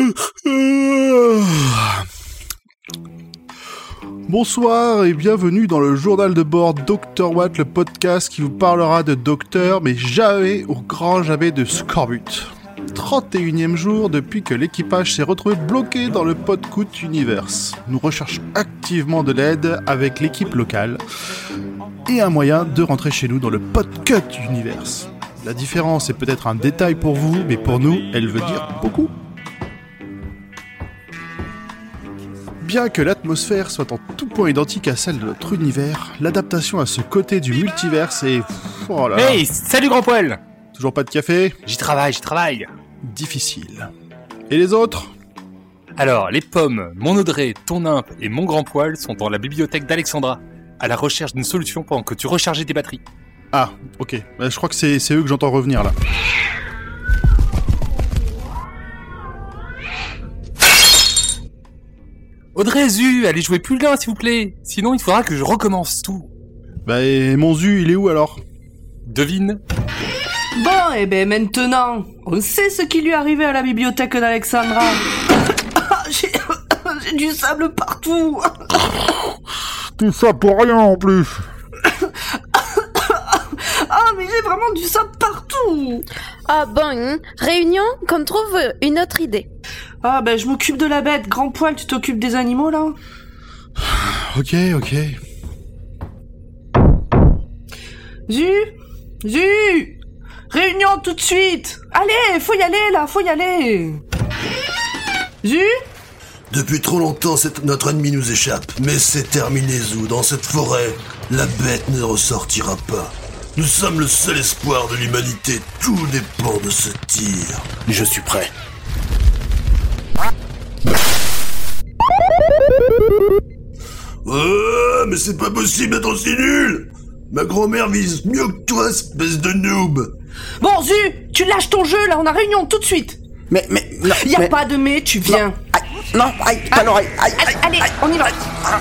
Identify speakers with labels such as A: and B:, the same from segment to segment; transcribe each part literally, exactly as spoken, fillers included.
A: Bonsoir et bienvenue dans le journal de bord docteur Watt, le podcast qui vous parlera de docteur, mais jamais, au grand jamais, de scorbut. trente et unième jour depuis que l'équipage s'est retrouvé bloqué dans le Podcut Universe. Nous recherchons activement de l'aide avec l'équipe locale et un moyen de rentrer chez nous dans le Podcut Universe. La différence est peut-être un détail pour vous, mais pour nous, elle veut dire beaucoup. Bien que l'atmosphère soit en tout point identique à celle de notre univers, l'adaptation à ce côté du multiverse est... Oh là là.
B: Hey, salut grand poil!
A: Toujours pas de café ?
B: J'y travaille, j'y travaille.
A: Difficile. Et les autres ?
B: Alors, les pommes, mon Audrey, ton nymphe et mon grand poil sont dans la bibliothèque d'Alexandra, à la recherche d'une solution pendant que tu rechargeais tes batteries.
A: Ah, ok. Bah, je crois que c'est, c'est eux que j'entends revenir, là.
B: Audrey, Zu, allez jouer plus loin, s'il vous plaît. Sinon, il faudra que je recommence tout.
A: Bah, et mon Zu, il est où, alors ?
B: Devine.
C: Bon, et ben maintenant, on sait ce qui lui est arrivé à la bibliothèque d'Alexandra. j'ai, j'ai du sable partout.
A: Tout ça pour rien, en plus.
C: Ah, mais j'ai vraiment du sable partout.
D: Ah bon, réunion, qu'on trouve une autre idée.
C: Ah ben, je m'occupe de la bête. Grand poil, tu t'occupes des animaux, là ?
A: Ok, ok.
C: Zu Zu Réunion tout de suite. Allez, faut y aller, là, faut y aller. Zu
E: Depuis trop longtemps, cette... notre ennemi nous échappe. Mais c'est terminé, Zou. Dans cette forêt, la bête ne ressortira pas. Nous sommes le seul espoir de l'humanité. Tout dépend de ce tir.
F: Je suis prêt.
E: Oh, mais c'est pas possible d'être aussi nul. Ma grand-mère vise mieux que toi, espèce de noob.
C: Bon, Zu, tu lâches ton jeu, là, on a réunion tout de suite.
F: Mais, mais, non,
C: Y a
F: mais...
C: pas de mais, tu viens.
F: Non, aïe, non, aïe, à l'oreille, aïe, aïe,
C: Allez, allez, on y va.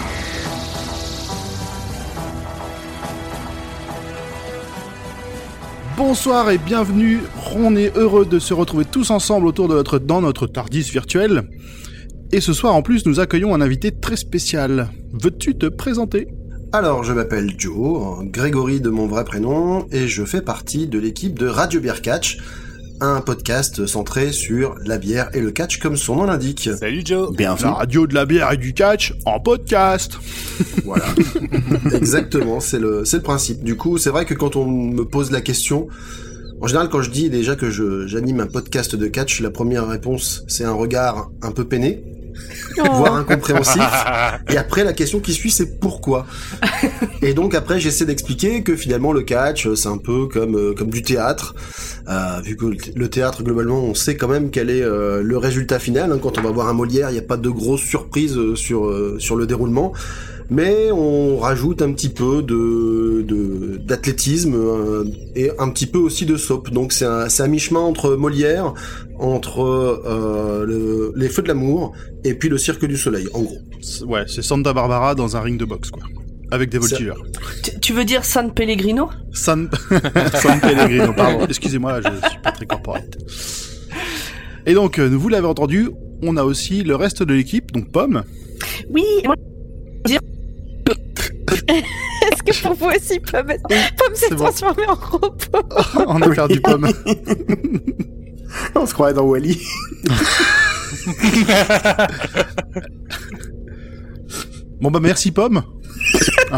A: Bonsoir et bienvenue. On est heureux de se retrouver tous ensemble autour de notre, dans notre TARDIS virtuel. Et ce soir, en plus, nous accueillons un invité très spécial. Veux-tu te présenter ?
G: Alors, je m'appelle Joe, Grégory de mon vrai prénom, et je fais partie de l'équipe de Radio Beer Catch, un podcast centré sur la bière et le catch comme son nom l'indique.
B: Salut Joe.
F: Bienvenue.
A: La radio de la bière et du catch en podcast.
G: Voilà. Exactement, c'est le, c'est le principe. Du coup, c'est vrai que quand on me pose la question, en général, quand je dis déjà que je, j'anime un podcast de catch, la première réponse, c'est un regard un peu peiné. Voire incompréhensif. Et après, la question qui suit, c'est pourquoi. Et donc après, j'essaie d'expliquer que finalement, le catch, c'est un peu comme euh, comme du théâtre. Euh, vu que le théâtre, globalement, on sait quand même quel est euh, le résultat final. Hein. Quand on va voir un Molière, il n'y a pas de grosses surprises euh, sur euh, sur le déroulement. Mais on rajoute un petit peu de, de d'athlétisme euh, et un petit peu aussi de soap. Donc c'est un, c'est un mi-chemin entre Molière, entre euh, le, les Feux de l'amour et puis le Cirque du Soleil, en gros.
A: Ouais, c'est Santa Barbara dans un ring de boxe, quoi. Avec des voltigeurs.
C: Tu, tu veux dire San Pellegrino ?
A: San... San Pellegrino, pardon. Excusez-moi, je suis pas très corporate. Et donc, vous l'avez entendu, on a aussi le reste de l'équipe, donc Pomme.
C: Oui, moi, dire...
D: Est-ce que pour vous aussi, Pomme, Pomme s'est
A: C'est bon.
D: transformée en robot?
A: On a perdu Pomme.
G: On se croirait dans Wall-E.
A: Bon bah merci Pomme. Hein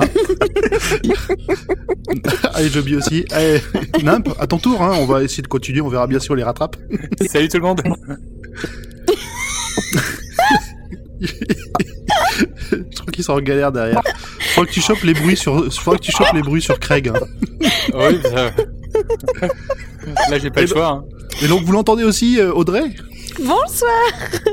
A: Allez, Joby aussi. Allez, Nimp, à ton tour, hein. On va essayer de continuer, on verra bien si on les rattrape.
B: Salut tout le monde.
A: Je crois qu'ils sont en galère derrière. Faut que tu chopes les bruits sur, faut que tu chopes les bruits sur Craig. Hein.
B: Oui, ça... Là, j'ai pas
A: Et
B: le choix. Hein.
A: Et donc vous l'entendez aussi, euh, Audrey ?
D: Bonsoir.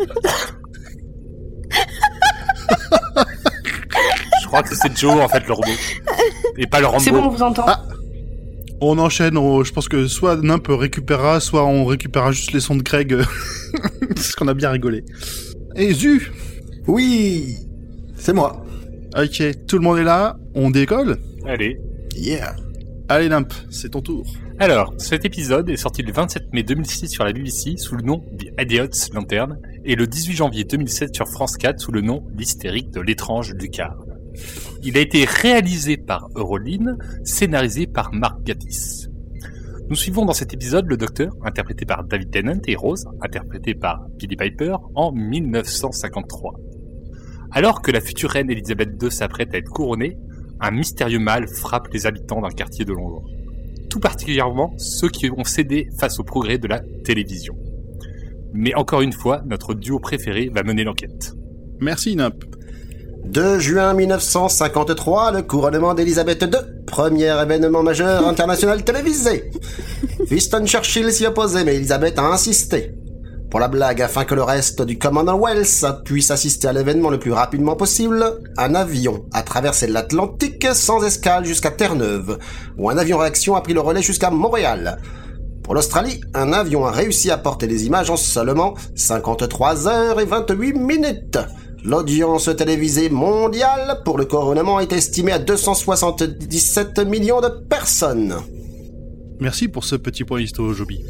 B: Je crois que c'est Joe en fait le robot et pas le Rambo.
C: C'est bon, on vous entend.
A: Ah. On enchaîne, on- je pense que soit Nimp récupérera, soit on récupérera juste les sons de Craig. euh, Parce qu'on a bien rigolé. Et Zu !
G: Oui, c'est moi.
A: Ok, tout le monde est là, on décolle ?
B: Allez.
G: Yeah.
A: Allez Nimp, c'est ton tour.
B: Alors, cet épisode est sorti le vingt-sept mai deux mille six sur la B B C sous le nom The Idiot's Lantern et le dix-huit janvier deux mille sept sur France quatre sous le nom L'hystérique de l'étrange Lucarne. Il a été réalisé par Euroline, scénarisé par Mark Gatiss. Nous suivons dans cet épisode le Docteur, interprété par David Tennant, et Rose, interprétée par Billie Piper, en mille neuf cent cinquante-trois. Alors que la future reine Elisabeth deux s'apprête à être couronnée, un mystérieux mal frappe les habitants d'un quartier de Londres. Tout particulièrement ceux qui ont cédé face au progrès de la télévision. Mais encore une fois, notre duo préféré va mener l'enquête.
A: Merci Nimp.
G: deux juin mille neuf cent cinquante-trois, le couronnement d'Elisabeth deux, premier événement majeur international télévisé. Winston Churchill s'y opposait, mais Elisabeth a insisté. Pour la blague, afin que le reste du Commonwealth puisse assister à l'événement le plus rapidement possible, un avion a traversé l'Atlantique sans escale jusqu'à Terre-Neuve, où un avion réaction a pris le relais jusqu'à Montréal. Pour l'Australie, un avion a réussi à porter des images en seulement cinquante-trois heures et vingt-huit minutes. L'audience télévisée mondiale pour le couronnement est estimée à deux cent soixante-dix-sept millions de personnes.
A: Merci pour ce petit point histo, Joby.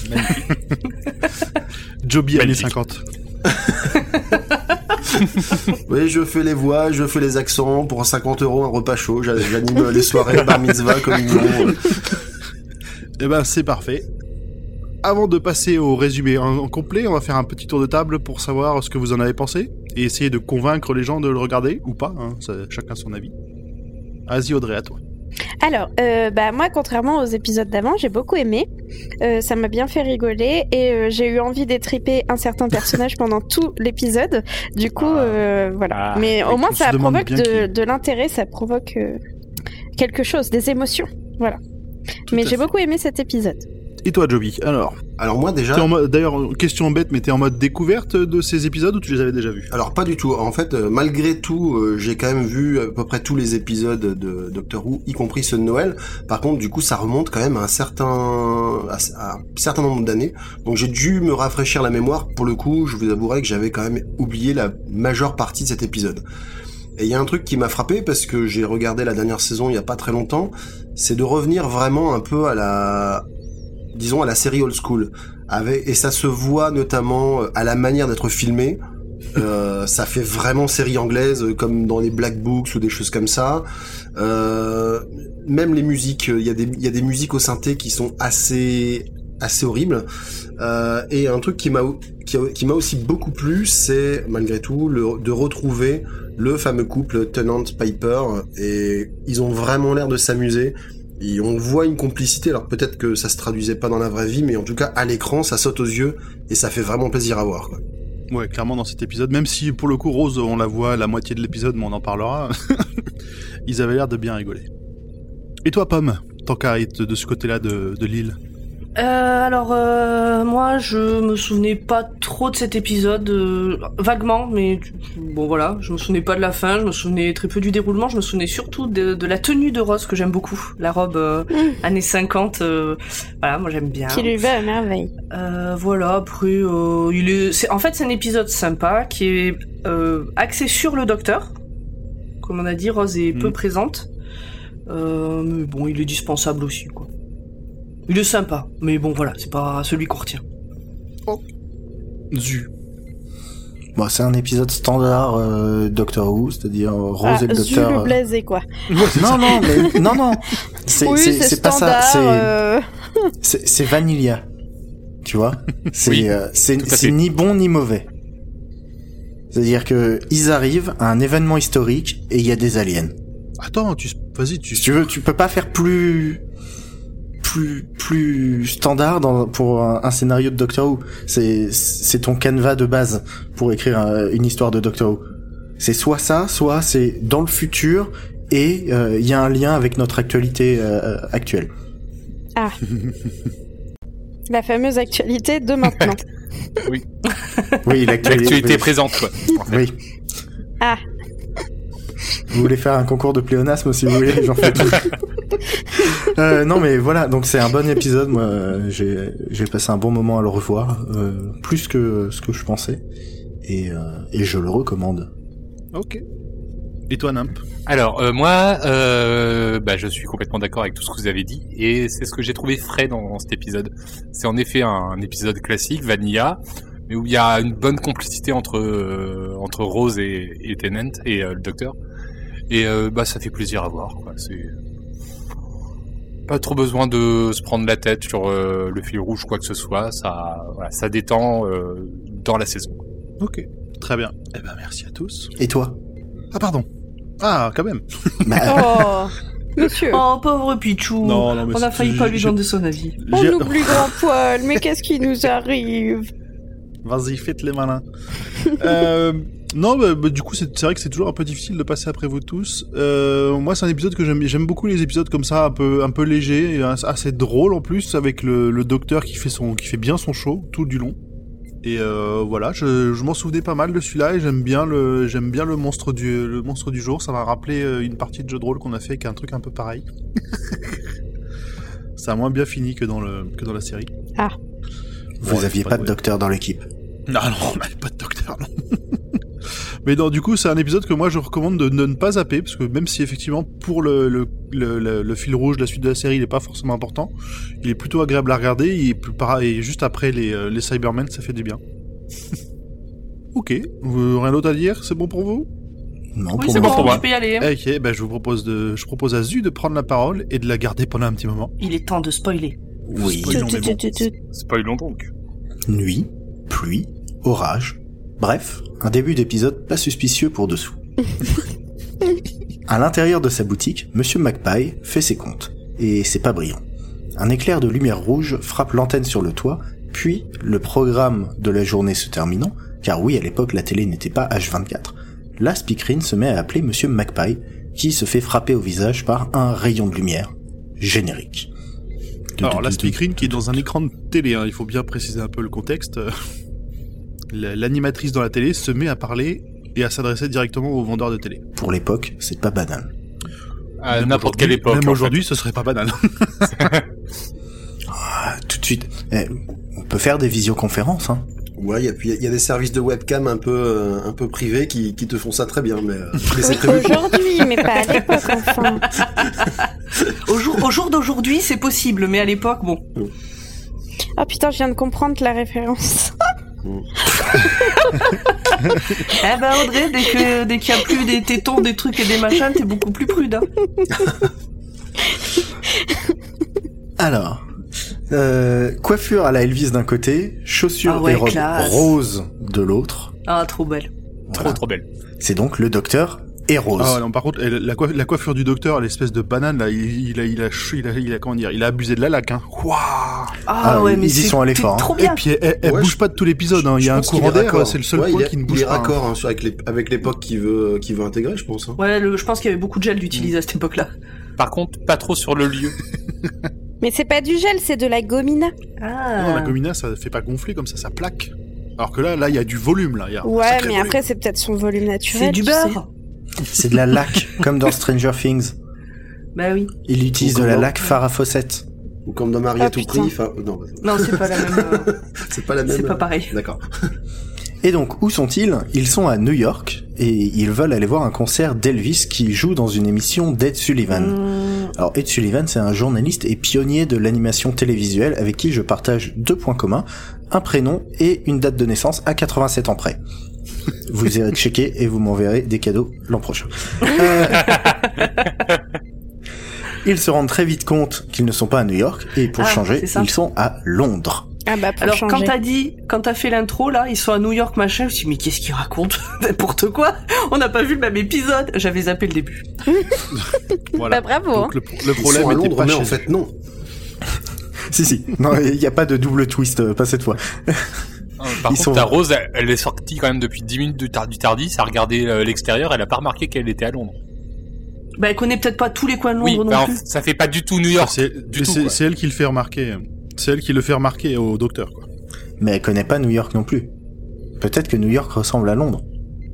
A: Joby années cinquante.
G: Oui, je fais les voix, je fais les accents. Pour cinquante euros, un repas chaud. J'anime les soirées bar mitzvah communion.
A: Eh ben, c'est parfait. Avant de passer au résumé en, en complet, on va faire un petit tour de table pour savoir ce que vous en avez pensé et essayer de convaincre les gens de le regarder ou pas. Hein, ça, chacun son avis. Vas-y, Audrey, à toi.
D: Alors, euh, bah moi, contrairement aux épisodes d'avant, j'ai beaucoup aimé. Euh, ça m'a bien fait rigoler et euh, j'ai eu envie d'étriper un certain personnage pendant tout l'épisode. Du coup, euh, voilà.
B: Ah,
D: Mais au moins, ça provoque de,
A: qui...
D: de l'intérêt, ça provoque euh, quelque chose, des émotions. Voilà.
A: Tout
D: Mais
A: à
D: j'ai
A: fait.
D: beaucoup aimé cet épisode.
A: Et toi, Joby, alors
G: Alors moi déjà...
A: t'es en mode, d'ailleurs, question bête, mais t'es en mode découverte de ces épisodes ou tu les avais déjà vus?
G: Alors pas du tout. En fait, euh, malgré tout, euh, j'ai quand même vu à peu près tous les épisodes de Doctor Who, y compris ceux de Noël. Par contre, du coup, ça remonte quand même à un certain, à, à un certain nombre d'années. Donc j'ai dû me rafraîchir la mémoire. Pour le coup, je vous avouerai que j'avais quand même oublié la majeure partie de cet épisode. Et il y a un truc qui m'a frappé parce que j'ai regardé la dernière saison il y a pas très longtemps, c'est de revenir vraiment un peu à la, disons à la série old school. Avec, et ça se voit notamment à la manière d'être filmé. Euh, ça fait vraiment série anglaise, comme dans les Black Books ou des choses comme ça. Euh, même les musiques, il y a des, il y a des musiques au synthé qui sont assez, assez horribles. Euh, et un truc qui m'a, qui, qui m'a aussi beaucoup plu, c'est malgré tout le, de retrouver le fameux couple Tennant-Piper. Et ils ont vraiment l'air de s'amuser. Et on voit une complicité, alors peut-être que ça se traduisait pas dans la vraie vie, mais en tout cas à l'écran ça saute aux yeux et ça fait vraiment plaisir à voir, quoi.
A: Ouais, clairement dans cet épisode, même si pour le coup Rose on la voit à la moitié de l'épisode, mais on en parlera. Ils avaient l'air de bien rigoler. Et toi Pomme, tant qu'à être de ce côté-là de, de l'île?
C: Euh, alors euh, moi je me souvenais pas trop de cet épisode, euh, vaguement, mais bon voilà, je me souvenais pas de la fin, je me souvenais très peu du déroulement, je me souvenais surtout de, de la tenue de Rose que j'aime beaucoup, la robe euh, mmh. années cinquante, euh, voilà, moi j'aime bien.
D: Qui lui va à merveille.
C: Euh, voilà, après euh, il est, c'est, en fait c'est un épisode sympa qui est euh, axé sur le Docteur, comme on a dit, Rose est mmh. peu présente, euh, mais bon il est dispensable aussi quoi. Il est sympa, mais bon voilà, c'est pas celui qu'on retient.
A: Oh. Zu.
F: Bon, c'est un épisode standard euh, Doctor Who, c'est-à-dire euh, Rose
D: ah,
F: et le
D: Zu
F: Docteur.
D: le blasé quoi.
F: Non non, mais non non. C'est
D: oui,
F: c'est,
D: c'est,
F: c'est pas
D: standard,
F: ça, c'est,
D: euh...
F: c'est c'est Vanilla. Tu vois? C'est
B: oui,
F: euh, c'est c'est
B: fait.
F: ni bon ni mauvais. C'est-à-dire que ils arrivent à un événement historique et il y a des aliens.
A: Attends, tu vas-y, tu
F: Si tu veux, tu peux pas faire plus plus plus standard dans, pour un, un scénario de Doctor Who. C'est c'est ton canevas de base pour écrire un, une histoire de Doctor Who. C'est soit ça, soit c'est dans le futur et il euh, y a un lien avec notre actualité euh, actuelle.
D: Ah. La fameuse actualité de maintenant.
B: Oui.
F: Oui, l'actualité,
B: L'actualité présente, quoi. En fait.
F: Oui.
D: Ah.
F: Vous voulez faire un concours de pléonasme si vous voulez, j'en fais tout. euh, non mais voilà, donc c'est un bon épisode. Moi, j'ai j'ai passé un bon moment à le revoir, euh, plus que ce que je pensais, et euh, et je le recommande.
A: Ok. Et toi Nimp?
B: Alors euh, moi, euh, bah, je suis complètement d'accord avec tout ce que vous avez dit, et c'est ce que j'ai trouvé frais dans, dans cet épisode. C'est en effet un, un épisode classique, Vanilla, mais où il y a une bonne complicité entre euh, entre Rose et, et Tennant et euh, le docteur. Et euh, bah ça fait plaisir à voir, quoi. C'est pas trop besoin de se prendre la tête sur euh, le fil rouge, quoi que ce soit. Ça, voilà, ça détend euh, dans la saison.
A: Ok, très bien. Eh ben merci à tous.
F: Et toi?
A: Ah pardon. Ah, quand même.
D: Oh, monsieur.
C: Oh, pauvre Pichou.
A: Non, non, mais
C: On a
A: c'est-
C: failli pas
A: j'ai-
C: lui demander son avis.
D: On
A: J'ai-
D: oublie Grand Poil, mais qu'est-ce qui nous arrive?
A: Vas-y, faites les malins. euh, non, bah, bah, du coup, c'est, c'est vrai que c'est toujours un peu difficile de passer après vous tous. Euh, moi, c'est un épisode que j'aime. J'aime beaucoup les épisodes comme ça, un peu, un peu légers, et assez drôle en plus, avec le, le docteur qui fait son, qui fait bien son show tout du long. Et euh, voilà, je, je m'en souvenais pas mal de celui-là, et j'aime bien le, j'aime bien le monstre du, le monstre du jour. Ça m'a rappelé euh, une partie de jeu de rôle qu'on a fait avec un truc un peu pareil. Ça a moins bien fini que dans le, que dans la série.
D: Ah.
F: Vous
A: Ouais,
F: aviez
A: c'est
F: pas
A: pas
F: de
A: vrai.
F: docteur dans l'équipe.
A: Non, non, on n'avait pas de docteur, non. Mais non, du coup, c'est un épisode que moi je recommande de, de ne pas zapper, parce que même si effectivement pour le, le, le, le, le fil rouge de la suite de la série, il est pas forcément important, il est plutôt agréable à regarder, il est plus pareil, et juste après les, euh, les Cybermen, ça fait du bien. Ok, euh, rien d'autre à dire, c'est bon pour vous?
F: Non,
C: Oui,
F: pour
C: c'est
F: moi.
C: bon,
B: pour moi.
C: tu peux y aller.
A: Ok, ben je vous propose de, je propose à Zu de prendre la parole et de la garder pendant un petit moment.
C: Il est temps de spoiler.
F: Oui.
A: Spoilons, mais bon.
B: Spoilons donc.
F: Nuit, pluie, orage. Bref, un début d'épisode pas suspicieux pour dessous. À l'intérieur de sa boutique, Monsieur Magpie fait ses comptes. Et c'est pas brillant. Un éclair de lumière rouge frappe l'antenne sur le toit, puis, le programme de la journée se terminant, car oui, à l'époque, la télé n'était pas H vingt-quatre, la speakerine se met à appeler Monsieur Magpie, qui se fait frapper au visage par un rayon de lumière. Générique.
A: Alors la speakerine qui est dans un écran de télé, hein, il faut bien préciser un peu le contexte. La- L'animatrice dans la télé se met à parler et à s'adresser directement aux vendeurs de télé.
F: Pour l'époque, c'est pas banal.
B: À
A: Même
B: n'importe quelle
A: aujourd'hui-
B: époque.
A: Même
B: en
A: aujourd'hui, ce serait pas banal.
F: Ah, tout de suite. Eh, on peut faire des visioconférences, hein.
G: Ouais, il y a, puis il y a des services de webcam un peu, euh, un peu privés qui, qui te font ça très bien, mais, euh, mais c'est
D: Oui,
G: prévu.
D: aujourd'hui, mais pas à l'époque, enfin.
C: Au jour, au jour d'aujourd'hui, c'est possible, mais à l'époque, bon.
D: Oh putain, je viin de comprendre la référence.
C: Eh ben Audrey, dès que dès qu'il y a plus des tétons, des trucs et des machins, t'es beaucoup plus prude. Hein.
F: Alors, euh, coiffure à la Elvis d'un côté, chaussures
C: Ah ouais,
F: et robes
C: classe.
F: roses de l'autre.
C: Ah, trop belle.
B: Trop
F: Voilà.
B: trop belle.
F: C'est donc le docteur et Rose.
A: Ah non, par contre, elle- la, coif- la coiffure du docteur, l'espèce de banane là, il, il a, il a, ch- il a, il a, comment dire, il a abusé de la laque, hein. Waouh.
C: Ah,
F: Ah,
C: ouais,
F: ils
C: mais
F: y
C: c'est
F: sont allés fort, hein.
C: trop
A: Et
C: bien.
A: puis elle, elle
G: Ouais,
A: bouge
G: je-
A: pas de tout l'épisode, hein. Il y
G: Je
A: a un
G: pense qu'il
A: courant
G: est
A: d'air,
G: raccord.
A: c'est le seul
G: Ouais,
A: point
G: il est-
A: qui ne bouge
G: Il est
A: pas. hein.
G: raccord hein, sur- avec les- avec l'époque qu'il veut, qu'il veut intégrer, je pense. Hein.
C: Ouais, le- je pense qu'il y avait beaucoup de gel d'utiliser à cette époque-là.
B: Par contre, pas trop sur le lieu.
D: Mais c'est pas du gel, c'est de la gomina.
C: Ah.
A: Non, la gomina, ça fait pas gonfler comme ça, ça plaque. Alors que là, là, il y a du volume, là. Il y a un
D: Ouais,
A: sacré
D: mais
A: volume.
D: après, c'est peut-être son volume naturel.
C: C'est du
D: tu sais.
C: beurre.
F: C'est de la laque, comme dans Stranger Things.
C: Bah oui.
F: Il utilise
G: Ou
F: de la
G: comment
F: laque Farrah Fawcett.
G: Ou comme dans Marie
D: Ah,
G: à tout
D: putain.
G: prix. Enfin, non,
C: Non, c'est pas la même. euh,
G: c'est pas la même.
C: c'est pas pareil.
G: D'accord.
F: Et donc, où sont-ils? Ils sont à New York, et ils veulent aller voir un concert d'Elvis qui joue dans une émission d'Ed Sullivan.
C: Hum,
F: Alors, Ed Sullivan, c'est un journaliste et pionnier de l'animation télévisuelle avec qui je partage deux points communs, un prénom et une date de naissance à quatre-vingt-sept ans près. Vous irez checker et vous m'enverrez des cadeaux l'an prochain. Euh, Ils se rendent très vite compte qu'ils ne sont pas à New York, et pour
C: Ah,
F: changer,
C: c'est ça.
F: ils sont à Londres.
D: Ah bah, pour
C: Alors
D: changer.
C: quand t'as dit, quand t'as fait l'intro là, ils sont à New York machin, je me suis dit mais qu'est-ce qu'ils racontent? N'importe quoi. On n'a pas vu le même épisode. J'avais zappé le début.
A: Voilà.
D: Bah, bravo,
A: Donc, le, le
G: Ils
A: problème
G: sont à
A: était
G: Londres,
A: pas
G: mais
A: chez
G: en
A: eux.
G: fait, non.
F: Si, si. Non, il n'y a pas de double twist, euh, pas cette fois.
B: Euh, Par
F: Ils
B: contre,
F: sont-
B: ta Rose, elle, elle est sortie quand même depuis dix minutes du, tar- du Tardis, à regarder euh, l'extérieur, elle a pas remarqué qu'elle était à Londres.
C: Bah elle connaît peut-être pas tous les coins de
B: Oui,
C: Londres
B: bah,
C: non
B: en-
C: plus.
B: ça fait pas du tout New York.
A: C'est
B: du
A: mais
B: tout,
A: c'est-
B: quoi.
A: c'est elle qui le fait remarquer. C'est elle qui le fait remarquer au docteur, quoi.
F: Mais elle connaît pas New York non plus. Peut-être que New York ressemble à Londres.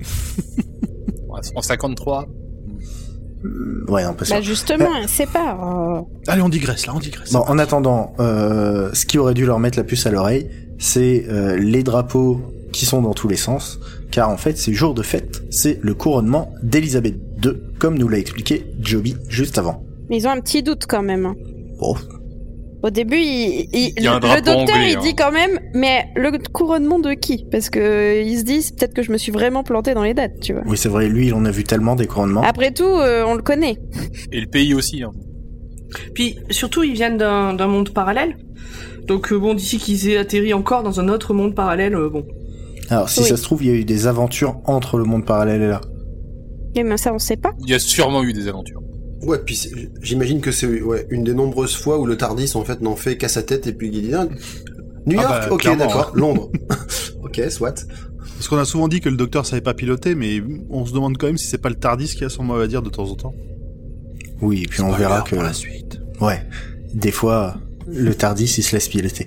B: En cinquante-trois.
F: Ouais, non, pas sûr.
D: Bah justement, elle sait pas. euh.
A: Allez, on digresse, là, on digresse.
F: Bon, en attendant, euh, ce qui aurait dû leur mettre la puce à l'oreille, c'est euh, les drapeaux qui sont dans tous les sens, car en fait, c'est jour de fête, c'est le couronnement d'Elisabeth deux, comme nous l'a expliqué Joby juste avant.
D: Mais ils ont un petit doute quand même. hein.
F: Bon,
D: Au début, il, il,
B: Il y a un
D: le
B: drapeau
D: docteur,
B: anglais,
D: il
B: hein.
D: dit quand même, mais le couronnement de qui? Parce que il se dit, c'est peut-être que je me suis vraiment planté dans les dates, tu vois.
F: Oui, c'est vrai, lui, il en a vu tellement des couronnements.
D: Après tout, euh, on le connaît.
B: Et le pays aussi. Hein.
C: Puis surtout, ils viennent d'un d'un monde parallèle. Donc euh, bon, d'ici qu'ils aient atterri encore dans un autre monde parallèle, euh, bon.
F: Alors, si
D: Oui.
F: ça se trouve, il y a eu des aventures entre le monde parallèle et là.
D: Mais même ça, on sait pas.
B: Il y a sûrement eu des aventures.
G: Ouais, puis c'est- j'imagine que c'est ouais, une des nombreuses fois où le TARDIS en fait n'en fait qu'à sa tête et puis il dit ah, New York,
A: Ah bah,
G: ok,
A: clairement,
G: d'accord, Londres, ok, soit.
A: Parce qu'on a souvent dit que le docteur savait pas piloter, mais on se demande quand même si c'est pas le TARDIS qui a son mot à dire de temps en temps.
F: Oui, et puis on verra que...
A: Pour la suite.
F: Ouais, des fois, le TARDIS, il se laisse piloter.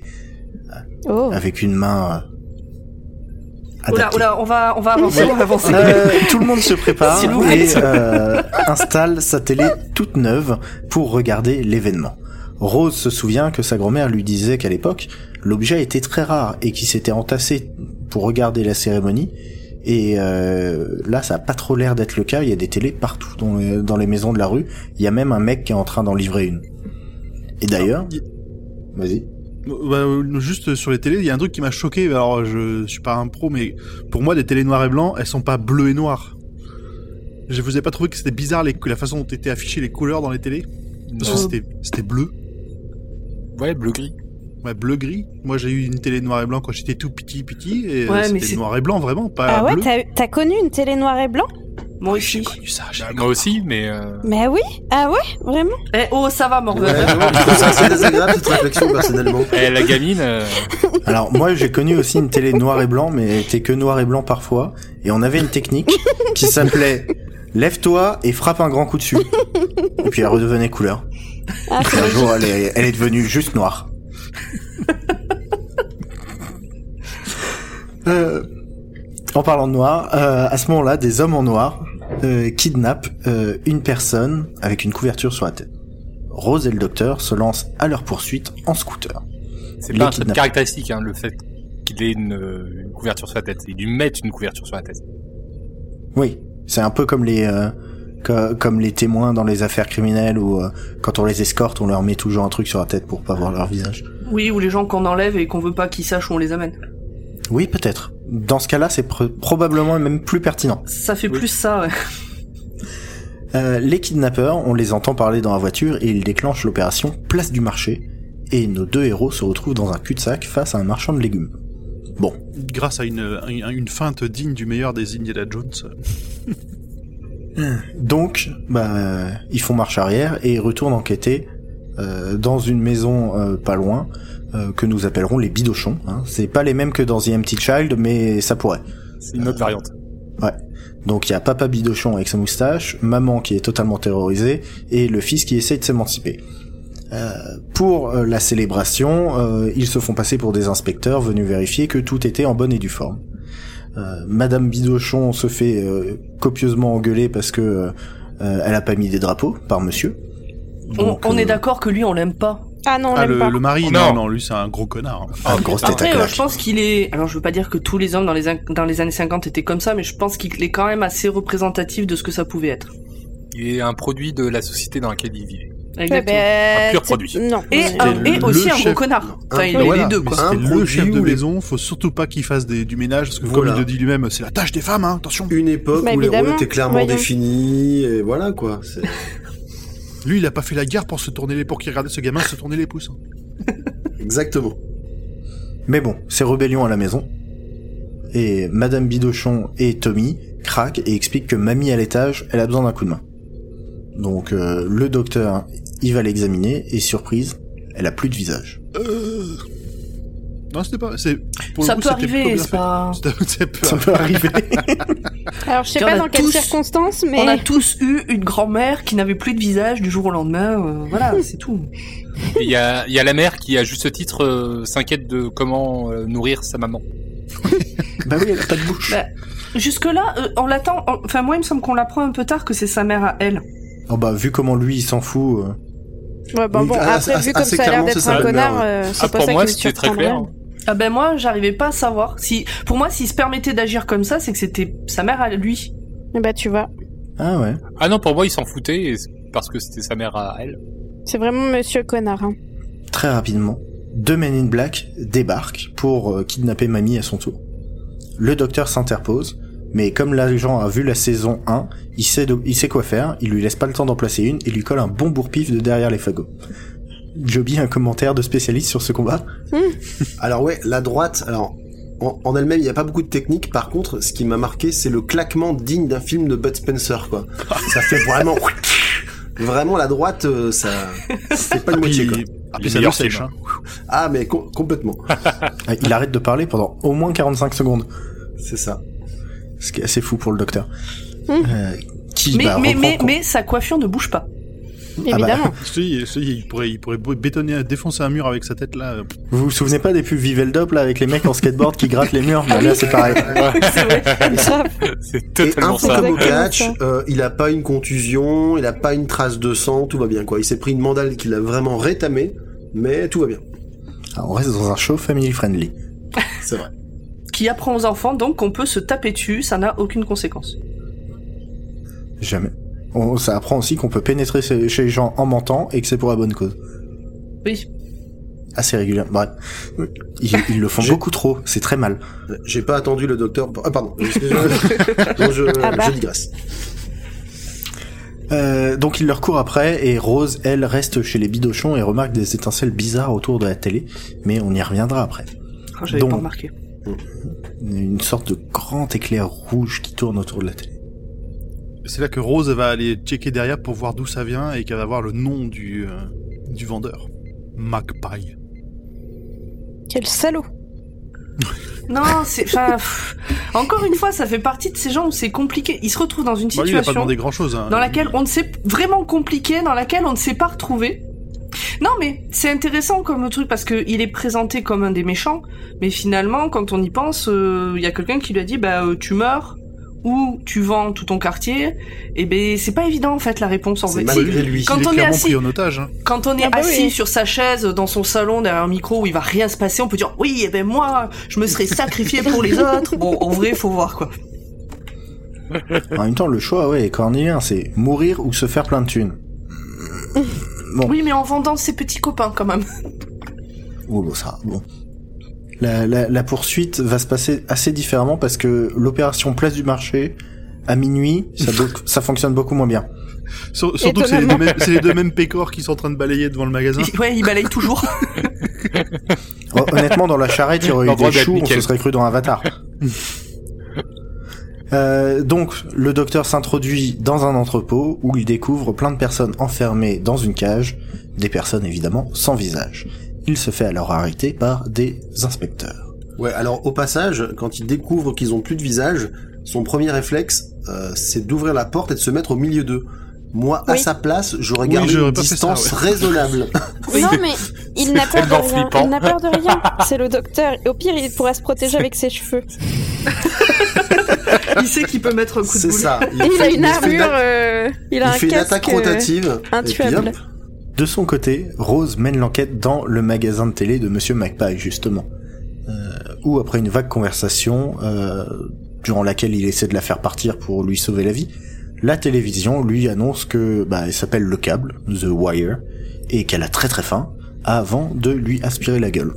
D: Oh.
F: Avec une main... Euh,
C: Oula,
F: adaptée.
C: oula, on va, on va avancer, on va avancer.
F: Euh, tout le monde se prépare
C: S'il vous
F: et
C: plaît.
F: euh, installe sa télé toute neuve pour regarder l'événement. Rose se souvient que sa grand-mère lui disait qu'à l'époque, l'objet était très rare et qu'il s'était entassé pour regarder la cérémonie. Et euh, là, ça a pas trop l'air d'être le cas. Il y a des télés partout dans les, dans les maisons de la rue. Il y a même un mec qui est en train d'en livrer une. Et d'ailleurs,
A: Il-
F: vas-y.
A: Bah, euh, juste sur les télés, il y a un truc qui m'a choqué. Alors, je, je suis pas un pro, mais pour moi, des télés noires et blancs, elles sont pas bleues et noires. Je vous ai pas trouvé que c'était bizarre les, la façon dont étaient affichées les couleurs dans les télés? Parce que
B: Non.
A: c'était, c'était bleu.
B: Ouais, bleu-gris.
A: Ouais, bleu-gris. Moi, j'ai eu une télé noir et blanc quand j'étais tout petit, petit, et
C: Ouais,
A: euh,
C: mais
A: c'était
C: c'est-
A: noir et blanc, vraiment, pas
D: Ah ouais,
A: bleu.
D: t'as, t'as connu une télé noir et blanc?
C: Moi
A: J'ai
C: aussi.
A: connu ça, j'ai
B: Bah, moi aussi, mais... Euh...
D: Mais oui. Ah ouais, vraiment?
C: Eh, oh, ça va, Morgan.
G: Ouais, vraiment, je trouve ça assez désagréable cette réflexion personnellement.
B: Eh, la gamine... euh,
F: Alors moi j'ai connu aussi une télé noir et blanc, mais elle était que noir et blanc parfois, et on avait une technique qui s'appelait lève-toi et frappe un grand coup dessus, et puis elle redevenait couleur.
D: Ah,
F: Et puis un jour elle est, elle est devenue juste noire. euh, en parlant de noir, euh, à ce moment-là, des hommes en noir euh, kidnappent euh, une personne avec une couverture sur la tête. Rose et le docteur se lancent à leur poursuite en scooter.
B: C'est
F: Les
B: pas un trait
F: kidnappés.
B: caractéristique, hein, le fait qu'il ait une, euh, une couverture sur la tête. Il lui met une couverture sur la tête.
F: Oui, c'est un peu comme les euh, co- comme les témoins dans les affaires criminelles où euh, quand on les escorte, on leur met toujours un truc sur la tête pour pas voir leur visage.
C: Oui, ou les gens qu'on enlève et qu'on veut pas qu'ils sachent où on les amène.
F: Oui, peut-être. Dans ce cas-là, c'est pr- probablement même plus pertinent.
C: Ça fait plus ça, ouais.
F: Euh, les kidnappeurs, on les entend parler dans la voiture et ils déclenchent l'opération Place du Marché. Et nos deux héros se retrouvent dans un cul-de-sac face à un marchand de légumes. Bon,
A: Grâce à une, une, une feinte digne du meilleur des Indiana Jones.
F: donc, bah, euh, ils font marche arrière et retournent enquêter euh, dans une maison euh, pas loin, euh, que nous appellerons les Bidochons. Hein. C'est pas les mêmes que dans The Empty Child, mais ça pourrait.
B: C'est une autre variante.
F: Ouais. Donc il y a Papa Bidochon avec sa moustache, maman qui est totalement terrorisée, et le fils qui essaye de s'émanciper. Euh, pour euh, la célébration, euh, ils se font passer pour des inspecteurs venus vérifier que tout était en bonne et due forme. Euh, Madame Bidochon se fait euh, copieusement engueuler parce que euh, elle a pas mis des drapeaux par monsieur.
C: On,
F: Donc,
C: on
F: euh,
C: est d'accord que lui, on l'aime pas.
D: Ah non, on
A: Ah,
D: l'aime
A: le,
D: pas.
A: le mari,
B: Oh,
A: non,
B: non.
A: non, lui, c'est un gros connard.
F: Ah, grosse tête à
C: Après, euh,
F: claque.
C: je pense qu'il est... Alors, je veux pas dire que tous les hommes dans les, in- dans les années cinquante étaient comme ça, mais je pense qu'il est quand même assez représentatif de ce que ça pouvait être.
B: Il est un produit de la société dans laquelle il vivait.
D: Ouais,
C: Exactement.
D: ben,
B: Un pur
D: t'es-
B: produit.
D: Non.
C: Et,
D: mais-
C: un-
A: le-
C: et
A: le
C: aussi un
A: chef-
C: gros connard. Enfin,
G: Un-
C: il est
A: Voilà,
C: les deux,
A: mais
C: quoi.
G: Un
A: c'était le
G: produit
A: chef de
G: où les-
A: maison, faut surtout pas qu'il fasse des, du ménage, parce que
G: Voilà.
A: comme il le dit lui-même, c'est la tâche des femmes, hein, attention.
G: Une époque
D: Bah,
G: où les rôles
D: évidemment,
G: étaient clairement
D: voyons.
G: définis, et voilà quoi. C'est-
A: Lui, il a pas fait la guerre pour se tourner les, pour qu'il regardait ce gamin se tourner les pouces. hein.
G: Exactement.
F: Mais bon, c'est rébellion à la maison. Et Madame Bidochon et Tommy craquent et expliquent que mamie à l'étage, elle a besoin d'un coup de main. Donc euh, le docteur, il va l'examiner et surprise, elle a plus de visage.
A: Euh... Non, c'était pas. C'est, pour le
C: Ça
A: coup,
C: peut
A: c'était plutôt
C: arriver,
A: bien
C: c'est
A: fait.
C: pas...
A: C'était- ça peut
F: Ça peut arriver.
D: Alors, je sais
C: On
D: pas
C: a
D: dans quelles
C: tous-
D: circonstances, mais...
C: On a tous eu une grand-mère qui n'avait plus de visage du jour au lendemain. euh, voilà, c'est tout.
B: Et il y a, il y a la mère qui, à juste titre, euh, s'inquiète de comment euh, nourrir sa maman.
F: Bah oui, elle a pas de bouche.
C: Bah, jusque-là, euh, on l'attend... on- Enfin, moi, il me semble qu'on l'apprend un peu tard que c'est sa mère à elle.
F: Oh bah vu comment lui il s'en fout. euh,
D: Ouais, bah
G: Oui,
D: bon,
G: assez-
D: après, vu comme
G: assez
D: ça a l'air
G: clairement,
D: d'être
G: c'est ça,
D: un
G: la
D: connard,
G: mère, ouais.
D: euh, c'est
B: Ah,
D: pas
B: pour
D: ça
B: moi,
D: qui me
B: c'était très
D: surprendrait.
B: clair.
C: Ah ben moi, j'arrivais pas à savoir. Si, pour moi, s'il se permettait d'agir comme ça, c'est que c'était sa mère à lui.
D: Eh bah, tu vois.
F: Ah ouais.
B: Ah non, pour moi, il s'en foutait et c'est parce que c'était sa mère à elle.
D: C'est vraiment monsieur connard, hein.
F: très rapidement, deux Men in Black débarquent pour euh, kidnapper Mamie à son tour. Le docteur s'interpose, mais comme l'agent a vu la saison un, il sait, de, il sait quoi faire, il lui laisse pas le temps d'en placer une et lui colle un bon bourre-pif de derrière les fagots. Joby, un commentaire de spécialiste sur ce combat?
G: Mmh. Alors ouais, la droite, alors en, en elle-même, il n'y a pas beaucoup de technique. Par contre, ce qui m'a marqué, c'est le claquement digne d'un film de Bud Spencer, quoi. Ça fait vraiment... Vraiment, la droite, euh, ça... C'est pas une moitié, quoi.
B: Ah, puis ça le sèche, hein.
G: Ah, mais com- complètement.
F: Il arrête de parler pendant au moins quarante-cinq secondes.
G: C'est ça.
F: Ce qui est assez fou pour le docteur.
D: Mmh.
F: Euh, qui,
C: mais,
F: bah,
C: mais, mais,
F: com-
C: mais sa coiffure ne bouge pas.
D: Évidemment.
F: Ah bah,
A: Je te dis, je te dis, il pourrait, il pourrait bétonner, défoncer un mur avec sa tête là.
F: vous vous souvenez pas des pubs Viveldop là avec les mecs en skateboard qui grattent les murs? Bah là c'est pareil.
C: C'est vrai.
B: C'est
G: Et
B: totalement
G: un peu
B: ça.
G: comme au
D: Exactement
G: catch,
D: ça.
G: euh, il a pas une contusion, il a pas une trace de sang, tout va bien, quoi. Il s'est pris une mandale qu'il a vraiment rétamée, mais tout va bien.
F: Alors, on reste dans un show family friendly.
G: C'est vrai.
C: Qui apprend aux enfants donc qu'on peut se taper dessus, ça n'a aucune conséquence.
F: Jamais. On, ça apprend aussi qu'on peut pénétrer chez chez les gens en mentant et que c'est pour la bonne cause.
C: Oui.
F: Assez régulièrement. Bref. Ils, ils le font
G: J'ai-
F: beaucoup trop, c'est très mal.
G: J'ai pas attendu le docteur... Ah, pardon. Excusez-moi. Non, je,
D: Ah bah.
G: je digresse.
F: Euh, donc il leur court après et Rose, elle, reste chez les bidochons et remarque des étincelles bizarres autour de la télé, mais on y reviendra après.
C: Oh, j'avais
F: Donc-
C: pas remarqué.
F: Une sorte de grand éclair rouge qui tourne autour de la télé.
A: C'est là que Rose va aller checker derrière pour voir d'où ça vient et qu'elle va voir le nom du, euh, du vendeur. Magpie.
D: Quel salaud.
C: Non, c'est... Enfin, pff, encore une fois, ça fait partie de ces gens où c'est compliqué. Ils se retrouvent dans une
A: Bah, lui, il a pas
C: situation
A: demandé grand chose. Hein.
C: dans laquelle on ne sait... Vraiment compliquée, dans laquelle on ne sait pas retrouver. Non, mais c'est intéressant comme truc parce que il est présenté comme un des méchants, mais finalement, quand on y pense, il euh, y a quelqu'un qui lui a dit, bah, euh, tu meurs ou tu vends tout ton quartier. Et ben, c'est pas évident en fait la réponse en
G: C'est
C: fait.
G: malgré lui.
C: Quand
A: il est
C: on est
A: clairement
C: assis-
A: pris en otage. Hein.
C: Quand on est
D: Ah bah
C: assis
D: oui.
C: sur sa chaise dans son salon derrière un micro où il va rien se passer, on peut dire oui, et ben moi, je me serais sacrifié pour les autres. Bon, en vrai, faut voir quoi.
F: En même temps, le choix, ouais, est cornélien, c'est mourir ou se faire plein de thunes. Bon.
C: Oui, mais en vendant ses petits copains quand même.
F: Oh, bon, ça, bon. La, la, la poursuite va se passer assez différemment parce que l'opération Place du Marché, à minuit, ça, be- ça fonctionne beaucoup moins bien.
A: Sur- surtout que c'est les, deux
D: Étonnamment.
A: mêmes, c'est les deux mêmes pécores qui sont en train de balayer devant le magasin.
C: Ouais, il balaye toujours.
F: Hon- Honnêtement, dans la charrette, il y aurait eu
B: L'endroit
F: des
B: d'être
F: choux, on
B: nickel.
F: se serait cru dans Avatar. Euh, donc, le docteur s'introduit dans un entrepôt où il découvre plein de personnes enfermées dans une cage, des personnes évidemment sans visage. Il se fait alors arrêter par des inspecteurs.
G: Ouais, alors au passage, quand il découvre qu'ils ont plus de visage, son premier réflexe, euh, c'est d'ouvrir la porte et de se mettre au milieu d'eux. Moi, à
D: Oui.
G: sa place, j'aurais
A: Oui,
G: gardé
A: j'aurais
G: une
A: pas fait ça,
G: distance
A: ouais.
G: raisonnable.
D: Non, mais il n'a peur de
B: tellement
D: rien.
B: flippant.
D: Il n'a peur de rien. C'est le docteur. Et au pire, il pourra se protéger avec ses cheveux.
C: Il sait qu'il peut mettre un coup de
G: C'est
C: boule.
G: ça.
D: Et il a
G: fait-
D: une
G: fait
D: armure.
G: une a-
D: euh, Il a
G: il
D: un
G: fait une
D: casque.
G: attaque
D: euh,
G: rotative.
D: intuable.
G: Et puis, hop.
F: De son côté, Rose mène l'enquête dans le magasin de télé de Monsieur Magpie, justement. Euh, où, après une vague conversation, euh, durant laquelle il essaie de la faire partir pour lui sauver la vie, la télévision lui annonce que bah, elle s'appelle le câble, The Wire, et qu'elle a très très faim, avant de lui aspirer la gueule.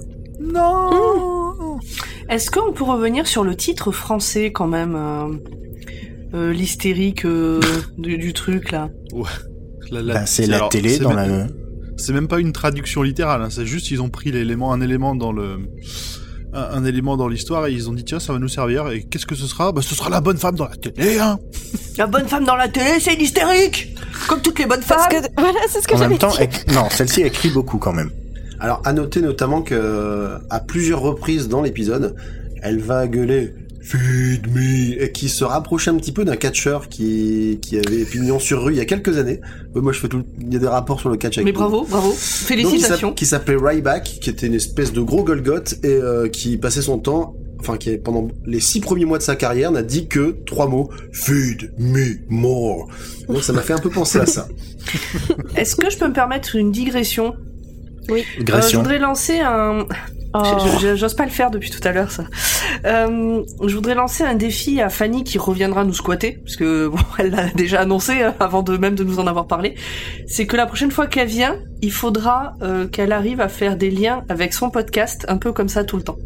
C: Est-ce qu'on peut revenir sur le titre français quand même euh, euh, l'hystérique euh, du, du truc là.
A: La- la-
F: Bah, c'est la
A: alors,
F: télé
A: c'est
F: dans
A: même-
F: la...
A: C'est même pas une traduction littérale, hein, c'est juste ils ont pris l'élément, un élément dans le, un, un élément dans l'histoire et ils ont dit tiens ça va nous servir et qu'est-ce que ce sera? Bah ce sera la bonne femme dans la télé, hein.
C: La bonne femme dans la télé, c'est une hystérique, comme toutes les bonnes
D: Parce
C: femmes.
D: que voilà, c'est ce que
F: En
D: j'avais
F: même temps,
D: dit.
F: elle- non, celle-ci elle crie beaucoup quand même.
G: Alors, à noter notamment que, à plusieurs reprises dans l'épisode, elle va gueuler Feed me, et qui se rapproche un petit peu d'un catcheur qui, qui avait pignon sur rue il y a quelques années. Ouais, moi, je fais tout, il y a des rapports sur le catch avec
C: Mais
G: tout.
C: bravo, bravo,
G: Donc, il
C: félicitations.
G: s'app- qui s'appelait Ryback, qui était une espèce de gros Golgoth et euh, qui passait son temps, enfin qui pendant les six premiers mois de sa carrière n'a dit que trois mots Feed me more. Donc ça m'a fait un peu penser à ça.
C: Est-ce que je peux me permettre une digression? Euh, je
F: Gression.
C: voudrais lancer un,
D: Oh.
C: Je- je- J'ose pas le faire depuis tout à l'heure, ça. Euh, je voudrais lancer un défi à Fanny qui reviendra nous squatter, parce que bon, elle l'a déjà annoncé euh, avant de même de nous en avoir parlé. C'est que la prochaine fois qu'elle vient, il faudra euh, qu'elle arrive à faire des liens avec son podcast, un peu comme ça tout le temps.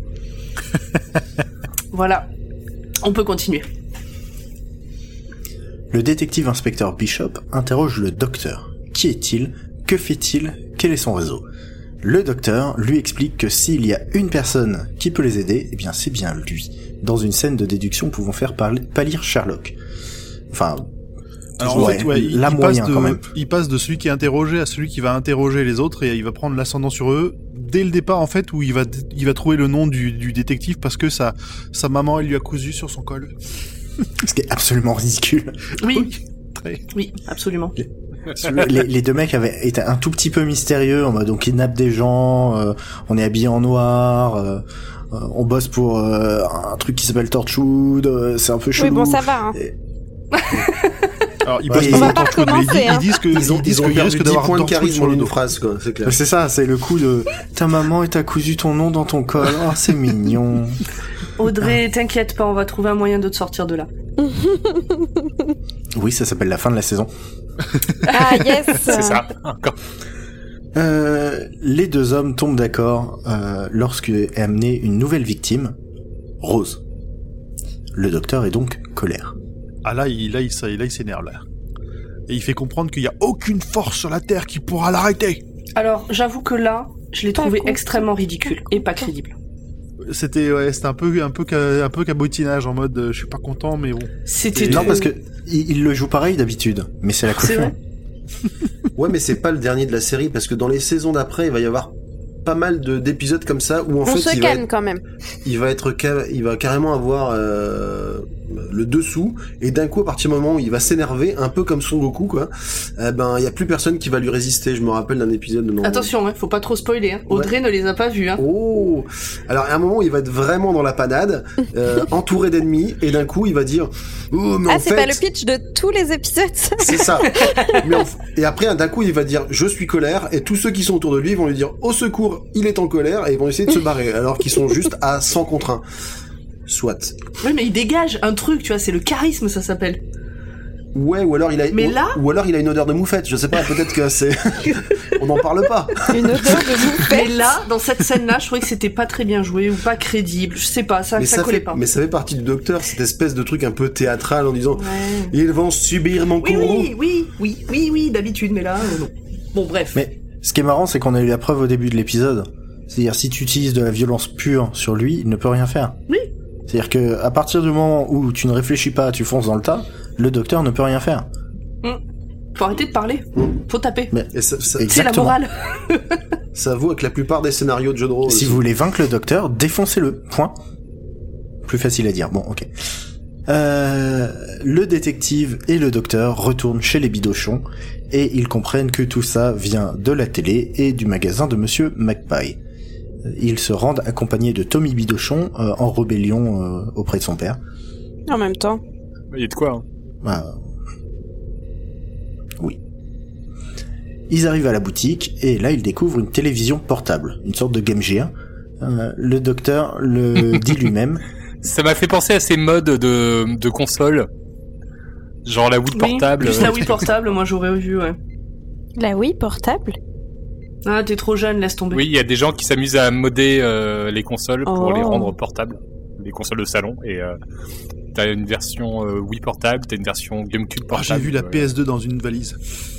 C: Voilà. On peut continuer.
F: Le détective inspecteur Bishop interroge le docteur. Qui est-il? Que fait-il? Quel est son réseau? Le docteur lui explique que s'il y a une personne qui peut les aider, eh bien c'est bien lui. Dans une scène de déduction pouvant faire parler- pâlir Sherlock. Enfin,
A: Alors en
F: ouais,
A: fait, ouais, il,
F: la
A: il
F: moyen
A: passe de,
F: quand même.
A: il passe de celui qui est interrogé à celui qui va interroger les autres et il va prendre l'ascendant sur eux dès le départ en fait où il va il va trouver le nom du, du détective parce que sa sa maman elle lui a cousu sur son col.
F: Ce qui est absolument ridicule.
C: Oui,
A: Très.
C: oui, absolument.
F: les, les deux mecs avaient été un tout petit peu mystérieux en mode on kidnappe des gens, euh, on est habillé en noir, euh, euh, on bosse pour euh, un truc qui s'appelle Torchwood, euh, c'est un peu chelou.
D: Oui, bon, ça va. Hein.
F: Et-
A: Alors ils
F: Ouais,
A: passent
F: ils-
A: pas
F: on va
A: dans
D: pas
A: Torchwood, mais ils,
D: recommencer,
A: disent-
D: hein.
A: ils disent que
G: Ils ont,
A: ils disent
G: ils ont
A: qu'il
G: perdu
A: risque
G: dix
A: d'avoir
G: points de
A: Torchwood
G: charisme
A: sur
G: en
A: le
G: une
A: dos.
G: phrase, quoi, c'est clair.
F: C'est ça, c'est le coup de ta maman et t'as cousu ton nom dans ton col. Oh, c'est mignon.
C: Audrey, t'inquiète pas, on va trouver un moyen de te sortir de là.
F: Oui, ça s'appelle la fin de la saison.
D: Ah, yes.
B: C'est ça. Encore.
F: Euh, les deux hommes tombent d'accord euh, lorsqu'est amenée une nouvelle victime, Rose. Le docteur est donc colère.
A: Ah là il là il, ça- là, il s'énerve là. Et il fait comprendre qu'il y a aucune force sur la terre qui pourra l'arrêter.
C: Alors, j'avoue que là, je l'ai
D: Pas
C: trouvé
D: content.
C: extrêmement ridicule et pas crédible.
A: C'était ouais, c'était un peu un peu ca- un peu cabotinage en mode euh, je suis pas content mais bon.
C: C'était
F: Non,
C: trop-
F: parce que il, il le joue pareil d'habitude, mais c'est la
C: C'est
F: coiffure.
C: vrai.
G: Ouais, mais c'est pas le dernier de la série, parce que dans les saisons d'après, il va y avoir pas mal de d'épisodes comme ça où en
D: On
G: fait
D: se
G: il va,
D: calme
G: être,
D: quand même.
G: il va être ca- il va carrément avoir euh, le dessous, et d'un coup à partir du moment où il va s'énerver un peu comme Son Goku quoi, eh ben il y a plus personne qui va lui résister. Je me rappelle d'un épisode de
C: Attention, hein, faut pas trop spoiler. Hein. Audrey ne les a pas vus. Hein.
G: Oh, alors à un moment où il va être vraiment dans la panade, euh, entouré d'ennemis, et d'un coup il va dire oh mais
D: Ah,
G: en
D: c'est
G: fait
D: pas le pitch de tous les épisodes, ça.
G: c'est ça. Mais en f- et après d'un coup il va dire je suis colère, et tous ceux qui sont autour de lui vont lui dire au secours il est en colère, et ils vont essayer de se barrer alors qu'ils sont juste à cent contre un. Soit.
C: Oui, mais il dégage un truc, tu vois, c'est le charisme, ça s'appelle.
G: Ouais, ou alors il a
C: Mais
G: ou,
C: là
G: ou alors il a une odeur de moufette, je sais pas, peut-être que c'est on n'en parle pas.
D: Une odeur de
C: Mais
D: moufette.
C: là, dans cette scène-là, je trouvais que c'était pas très bien joué ou pas crédible. Je sais pas, ça,
G: Mais
C: ça,
G: ça
C: collait
G: fait
C: pas.
G: mais ça fait partie du docteur, cette espèce de truc un peu théâtral en disant
C: Ouais.
G: ils vont subir mon
C: Oui,
G: courroux.
C: oui, oui, oui, oui, oui, d'habitude, mais là, euh, non. Bon, bref.
F: Mais ce qui est marrant, c'est qu'on a eu la preuve au début de l'épisode. C'est-à-dire, si tu utilises de la violence pure sur lui, il ne peut rien faire.
C: Oui.
F: C'est-à-dire que à partir du moment où tu ne réfléchis pas, tu fonces dans le tas, le docteur ne peut rien faire.
C: Faut arrêter de parler. Faut taper.
G: Et ça, ça,
C: C'est la
F: Exactement.
C: morale.
G: ça vaut avec la plupart des scénarios de jeux de rôle.
F: Si
G: aussi.
F: vous voulez vaincre le docteur, défoncez-le. Point. Plus facile à dire. Bon, ok. Euh, le détective et le docteur retournent chez les Bidochons et ils comprennent que tout ça vient de la télé et du magasin de Monsieur Magpie. Ils se rendent accompagnés de Tommy Bidochon euh, en rébellion euh, auprès de son père.
D: En même temps.
B: Il y a de quoi, hein.
F: Bah, oui. Ils arrivent à la boutique et là ils découvrent une télévision portable, une sorte de Game Gear. Euh, le docteur le dit lui-même.
B: Ça m'a fait penser à ces modes de, de console. Genre la Wii
C: Oui,
B: portable.
C: plus la Wii portable, moi j'aurais vu, ouais.
D: La Wii portable.
C: Ah, t'es trop jeune, laisse tomber.
B: Oui, il y a des gens qui s'amusent à modder euh, les consoles pour
D: Oh.
B: les rendre portables. Les consoles de salon. Et euh, t'as une version euh, Wii portable, t'as une version GameCube
A: Ah,
B: portable.
A: j'ai vu la
B: euh,
A: P S deux dans une valise.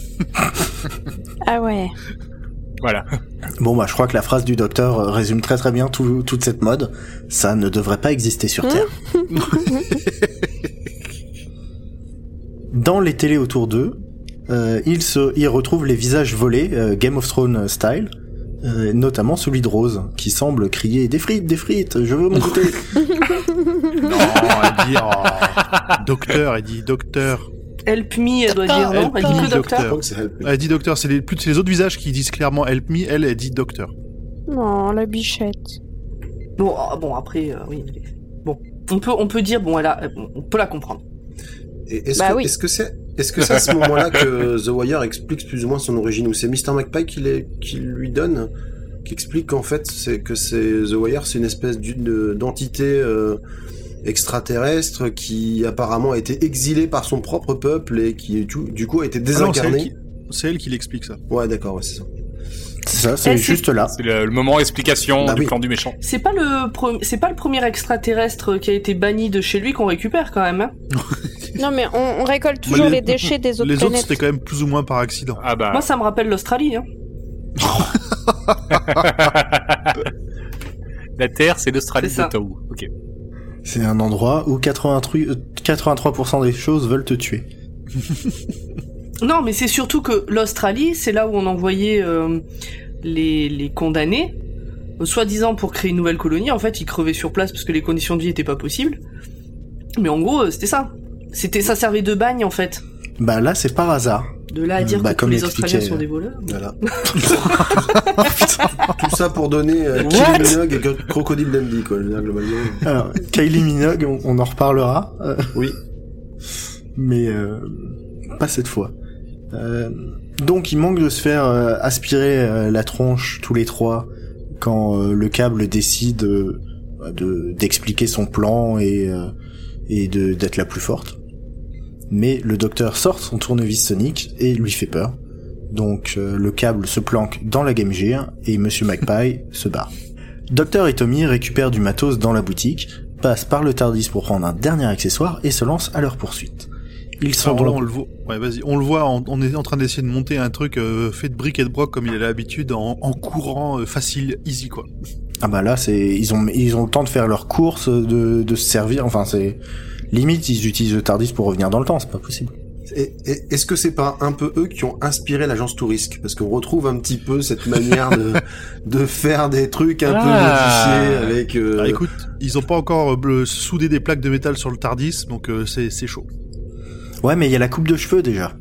D: Ah ouais.
B: Voilà.
F: Bon bah je crois que la phrase du docteur euh, résume très très bien tout, toute cette mode. Ça ne devrait pas exister sur Terre. Dans les télés autour d'eux, euh, ils, se, ils retrouvent les visages volés, euh, Game of Thrones style, euh, notamment celui de Rose, qui semble crier « Des frites, des frites, je veux mon goûter !»
A: Non, elle dit oh, docteur, elle dit docteur.
C: Help me, elle doit dire, non? Elle dit que
A: Docteur.
C: docteur.
G: Je crois que c'est Help Me.
A: Elle dit docteur, c'est les, plus c'est les autres visages qui disent clairement help me, elle, elle dit docteur.
D: Non, la bichette.
C: Bon, ah, bon, après, euh, oui. Bon, on peut, on peut dire, bon, elle a, euh, on peut la comprendre.
G: Et est-ce
D: Bah
G: que
D: oui.
G: est-ce que c'est est-ce que c'est à ce moment-là que The Wire explique plus ou moins son origine, ou c'est Mister McPie qui, les, qui lui donne, qui explique qu'en fait, c'est que c'est The Wire, c'est une espèce d'une d'entité euh, extraterrestre qui apparemment a été exilée par son propre peuple et qui du, du coup a été désincarnée.
A: Ah non, c'est, elle qui, c'est elle qui l'explique ça.
G: Ouais, d'accord, ouais, c'est ça.
F: C'est ça, c'est
C: Elle,
F: juste
C: c'est...
F: là.
B: C'est le, le moment explication
G: Bah
B: du
G: oui.
B: plan du méchant.
C: C'est pas le pre... c'est pas le premier extraterrestre qui a été banni de chez lui qu'on récupère quand même. Hein.
D: Non, mais on, on récolte toujours
A: Bah, les-
D: les déchets des autres
A: Les autres,
D: planètes.
A: c'était quand même plus ou moins par accident.
B: Ah bah.
C: Moi, ça me rappelle l'Australie. Hein.
B: La Terre, c'est l'Australie
C: C'est ça.
B: de Tao. Ok.
F: C'est un endroit où quatre-vingt-trois quatre-vingt-trois pour cent des choses veulent te tuer.
C: Non, mais c'est surtout que l'Australie, c'est là où on envoyait euh, les, les condamnés, euh, soi-disant pour créer une nouvelle colonie. En fait, ils crevaient sur place parce que les conditions de vie étaient pas possibles. Mais en gros, euh, c'était ça. C'était, ça servait de bagne en fait.
F: Bah là, c'est par hasard.
C: De là à dire
F: Bah,
C: que tous
F: comme
C: les
F: l'expliquait,
C: Australiens sont des voleurs.
G: Voilà. Tout ça pour donner euh, Kylie Minogue et Crocodile Dundee, quoi, je veux dire, globalement.
F: Alors, Kylie Minogue, on, on en reparlera. euh,
G: Oui.
F: mais euh, pas cette fois. Euh, donc il manque de se faire euh, aspirer euh, la tronche tous les trois quand euh, le câble décide euh, de d'expliquer son plan et euh, et de d'être la plus forte. Mais le docteur sort son tournevis sonique et lui fait peur. Donc euh, le câble se planque dans la Game Gear et Monsieur Magpie se barre. Docteur et Tommy récupèrent du matos dans la boutique, passent par le TARDIS pour prendre un dernier accessoire et se lancent à leur poursuite. Ils sont
A: Alors,
F: donc...
A: on le voit. Ouais, vas-y. On le voit. On, on est en train d'essayer de monter un truc euh, fait de briques et de broc comme il a l'habitude, en, en courant euh, facile, easy quoi.
F: Ah bah là, c'est ils ont ils ont le temps de faire leurs courses, de de se servir. Enfin, c'est limite ils utilisent le TARDIS pour revenir dans le temps. C'est pas possible.
G: Et, et, est-ce que c'est pas un peu eux qui ont inspiré l'agence Tourisque? Parce qu'on retrouve un petit peu cette manière de, de faire des trucs un
B: Ah.
G: peu modifiés avec... Euh...
A: Ah, écoute, ils ont pas encore euh, soudé des plaques de métal sur le TARDIS, donc euh, c'est c'est chaud.
F: Ouais, mais il y a la coupe de cheveux déjà.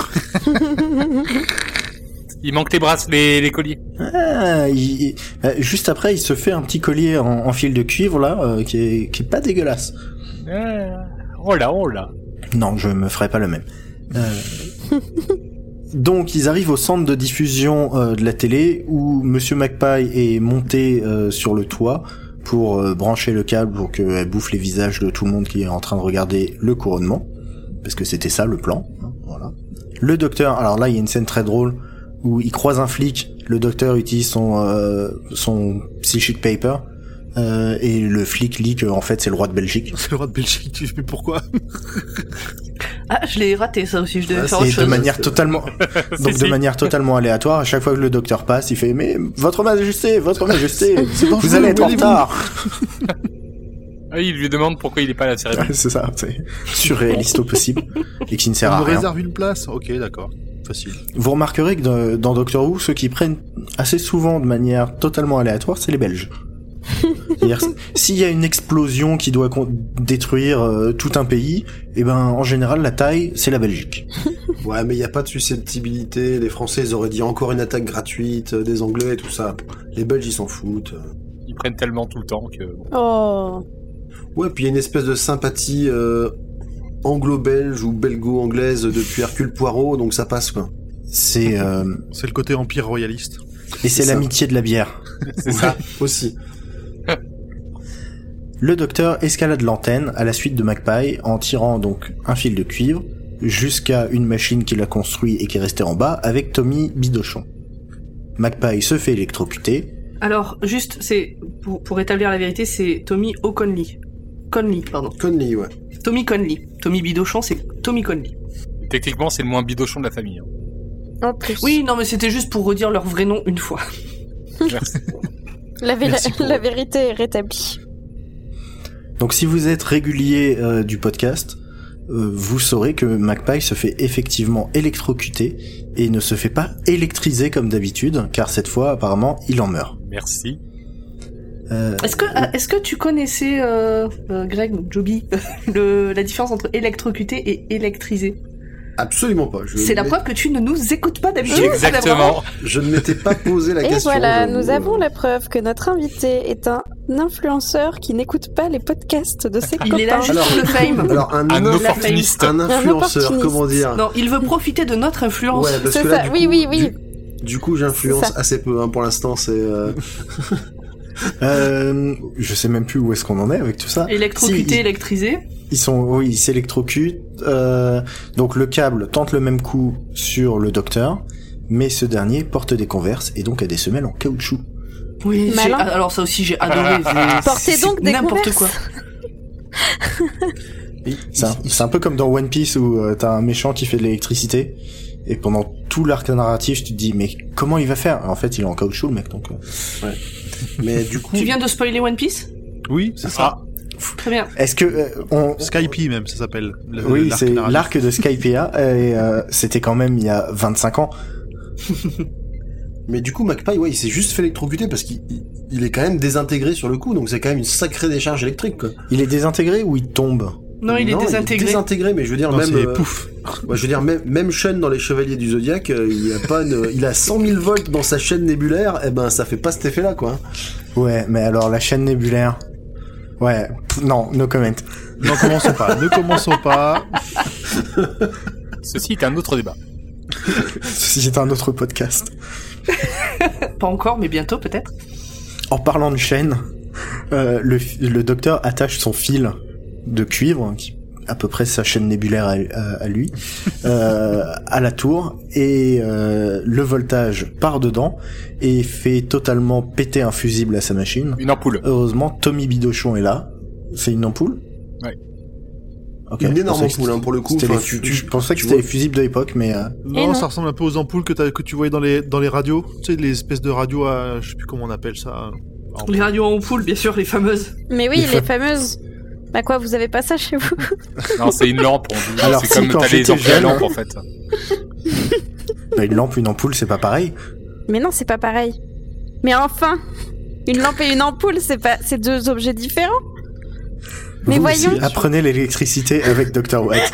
B: Il manque les bras, les, les colliers.
F: Ah, il- il- euh, juste après, il se fait un petit collier en, en fil de cuivre là, euh, qui est qui est pas dégueulasse.
B: Ah, oh là, oh là.
F: Non, je me ferai pas le même. Euh, Donc, ils arrivent au centre de diffusion euh, de la télé où Monsieur Magpie est monté euh, sur le toit pour euh, brancher le câble pour qu'elle bouffe les visages de tout le monde qui est en train de regarder le couronnement, parce que c'était ça le plan. Hein, voilà. Le docteur, alors là, il y a une scène très drôle où il croise un flic. Le docteur utilise son euh, son psychic paper. Euh, et le flic lit que en fait c'est le roi de Belgique.
A: C'est le roi de Belgique. Tu fais pourquoi?
C: Ah, je l'ai raté ça aussi. Je devais
G: Ah,
C: faire
G: c'est
C: autre
F: Et de
C: chose.
F: manière totalement, donc
B: Si,
F: de
B: si.
F: manière totalement aléatoire, à chaque fois que le docteur passe, il fait mais votre majesté, votre majesté,
A: dangereux,
F: vous allez être en
A: où allez-vous
F: retard.
B: Ah, il lui demande pourquoi il est pas à la cérémonie.
F: Ouais, c'est ça, c'est surréaliste au possible et qui ne sert
A: On
F: à
A: me
F: rien.
A: réserve une place. Ok, d'accord. Facile.
F: Vous remarquerez que dans, dans Doctor Who, ceux qui prennent assez souvent de manière totalement aléatoire, c'est les Belges. C'est-à-dire, s'il y a une explosion qui doit con- détruire euh, tout un pays, et ben en général la taille c'est la Belgique.
G: Ouais, mais il y a pas de susceptibilité. Les Français, ils auraient dit encore une attaque gratuite, euh, des Anglais et tout ça. Les Belges, ils s'en foutent.
B: Ils prennent tellement tout le temps que... bon.
D: Oh.
G: Ouais, puis il y a une espèce de sympathie euh, anglo-belge ou belgo-anglaise depuis Hercule Poirot, donc ça passe, quoi.
F: C'est euh,
A: C'est le côté empire royaliste.
F: et c'est
G: C'est ça.
F: l'amitié de la bière.
B: C'est ça.
G: Aussi.
F: Le docteur escalade l'antenne à la suite de Magpie en tirant donc un fil de cuivre jusqu'à une machine qu'il a construite et qui est restée en bas avec Tommy Bidochon. Magpie se fait électrocuter.
C: Alors, juste, c'est pour, pour établir la vérité, c'est Tommy O'Conley. Conley, pardon.
G: Conley, ouais.
C: Tommy Conley. Tommy Bidochon, c'est Tommy Conley.
B: Techniquement, c'est le moins bidochon de la famille. hein.
D: En plus.
C: Oui, non, mais c'était juste pour redire leur vrai nom une fois.
B: Merci.
D: La, vé-
B: Merci pour-
D: la vérité est rétablie.
F: Donc si vous êtes régulier euh, du podcast, euh, vous saurez que Magpie se fait effectivement électrocuter et ne se fait pas électriser comme d'habitude, car cette fois apparemment il en meurt.
B: Merci.
F: Euh,
C: Est-ce que, euh, est-ce que tu connaissais, euh, euh, Greg, donc Joby, le, la différence entre électrocuter et électriser?
G: Absolument pas. Je
C: C'est la
G: n'ai-
C: preuve que tu ne nous écoutes pas d'habitude.
B: Exactement.
G: Je ne m'étais pas posé la
D: Et
G: question.
D: voilà,
G: je-
D: nous avons la preuve que notre invité est un influenceur qui n'écoute pas les podcasts de ses
C: Il
D: copains.
C: est là juste
G: Alors-
C: pour le fame.
G: Alors, un,
B: Un
G: inf-
B: opportuniste.
G: un influenceur,
D: opportuniste.
G: comment dire
C: Non, il veut profiter de notre influence.
G: Ouais, parce
D: C'est
G: que là,
D: ça,
G: du
D: oui,
G: coup,
D: oui, oui.
G: Du, Du coup, j'influence
D: C'est ça.
G: assez peu, hein, pour l'instant, c'est... Euh...
F: Euh, je sais même plus où est-ce qu'on en est avec tout ça.
C: Électrocuté,
F: Si, ils,
C: électrisé.
F: ils sont, oui, ils s'électrocutent. Euh, donc le câble tente le même coup sur le docteur, mais ce dernier porte des Converse et donc a des semelles en caoutchouc.
C: Oui, j'ai...
D: Malin.
C: alors ça aussi j'ai adoré. c'est-
D: Portez
C: c'est
D: donc des
C: n'importe
D: Converse.
C: quoi.
F: C'est un, c'est un peu comme dans One Piece où euh, t'as un méchant qui fait de l'électricité et pendant tout l'arc narratif tu te dis mais comment il va faire? En fait il est en caoutchouc le mec donc. Euh...
G: Mais du coup...
C: Tu viens de spoiler One Piece?
A: Oui, c'est ça.
C: Très bien.
F: Est-ce que euh, on
A: Skype même, ça s'appelle. Le-
F: oui,
A: l'arc
F: c'est
A: narratif.
F: l'arc de Skypiea et euh, c'était quand même il y a vingt-cinq ans.
G: Mais du coup, Magpie, ouais, il s'est juste fait électrocuter parce qu'il il- il est quand même désintégré sur le coup, donc c'est quand même une sacrée décharge électrique, quoi.
F: Il est désintégré ou il tombe?
C: Non, il est désintégré.
G: désintégré, mais je veux dire,
A: Non,
G: même...
A: c'est
G: euh,
A: pouf.
G: ouais, je veux dire, même, même Sean dans les Chevaliers du Zodiac, euh, il a pas une- il a cent mille volts dans sa chaîne nébulaire, et ben ça fait pas cet effet-là, quoi.
F: Ouais, mais alors la chaîne nébulaire. Ouais, pff, non, no comment.
A: Ne commençons pas, ne commençons pas.
B: Ceci est un autre débat.
F: C'est un autre podcast.
C: Pas encore, mais bientôt peut-être.
F: En parlant de chaîne, euh, le, le docteur attache son fil de cuivre, qui à peu près sa chaîne nébulaire à, à, à lui, euh, à la tour, et euh, le voltage part dedans et fait totalement péter un fusible à sa machine.
B: Une ampoule.
F: Heureusement, Tommy Bidochon est là. C'est une ampoule?
B: Ouais.
F: Ok,
G: Une
F: je
G: énorme
F: pensais que
G: ampoule, hein, pour le coup.
F: c'était
G: Enfin,
F: les
G: tu-
F: fu-
G: tu-
F: je pensais que
G: tu
F: c'était
G: vois-
F: les fusibles de l'époque, mais euh,
A: Non,
D: non.
A: ça ressemble un peu aux ampoules que, t'as- que tu voyais dans les, dans les radios. Tu sais, les espèces de radios à... Je sais plus comment on appelle ça. En-
C: Les radios en ampoule, bien sûr, les fameuses.
D: Mais oui,
F: Les
D: les,
F: fa-
D: fameuses. Bah quoi, vous avez pas ça chez vous?
B: Non, c'est une lampe. On dit.
F: Alors,
B: C'est
F: si,
B: comme
F: quand
B: t'as les
F: j'étais
B: ampoules à
F: jeune,
B: lampe en fait.
F: bah, une lampe, une ampoule, c'est pas pareil.
D: Mais non, c'est pas pareil. Mais enfin, une lampe et une ampoule, c'est pas, c'est deux objets différents. Mais
F: Vous
D: voyons.
F: aussi, apprenez l'électricité avec docteur Watt.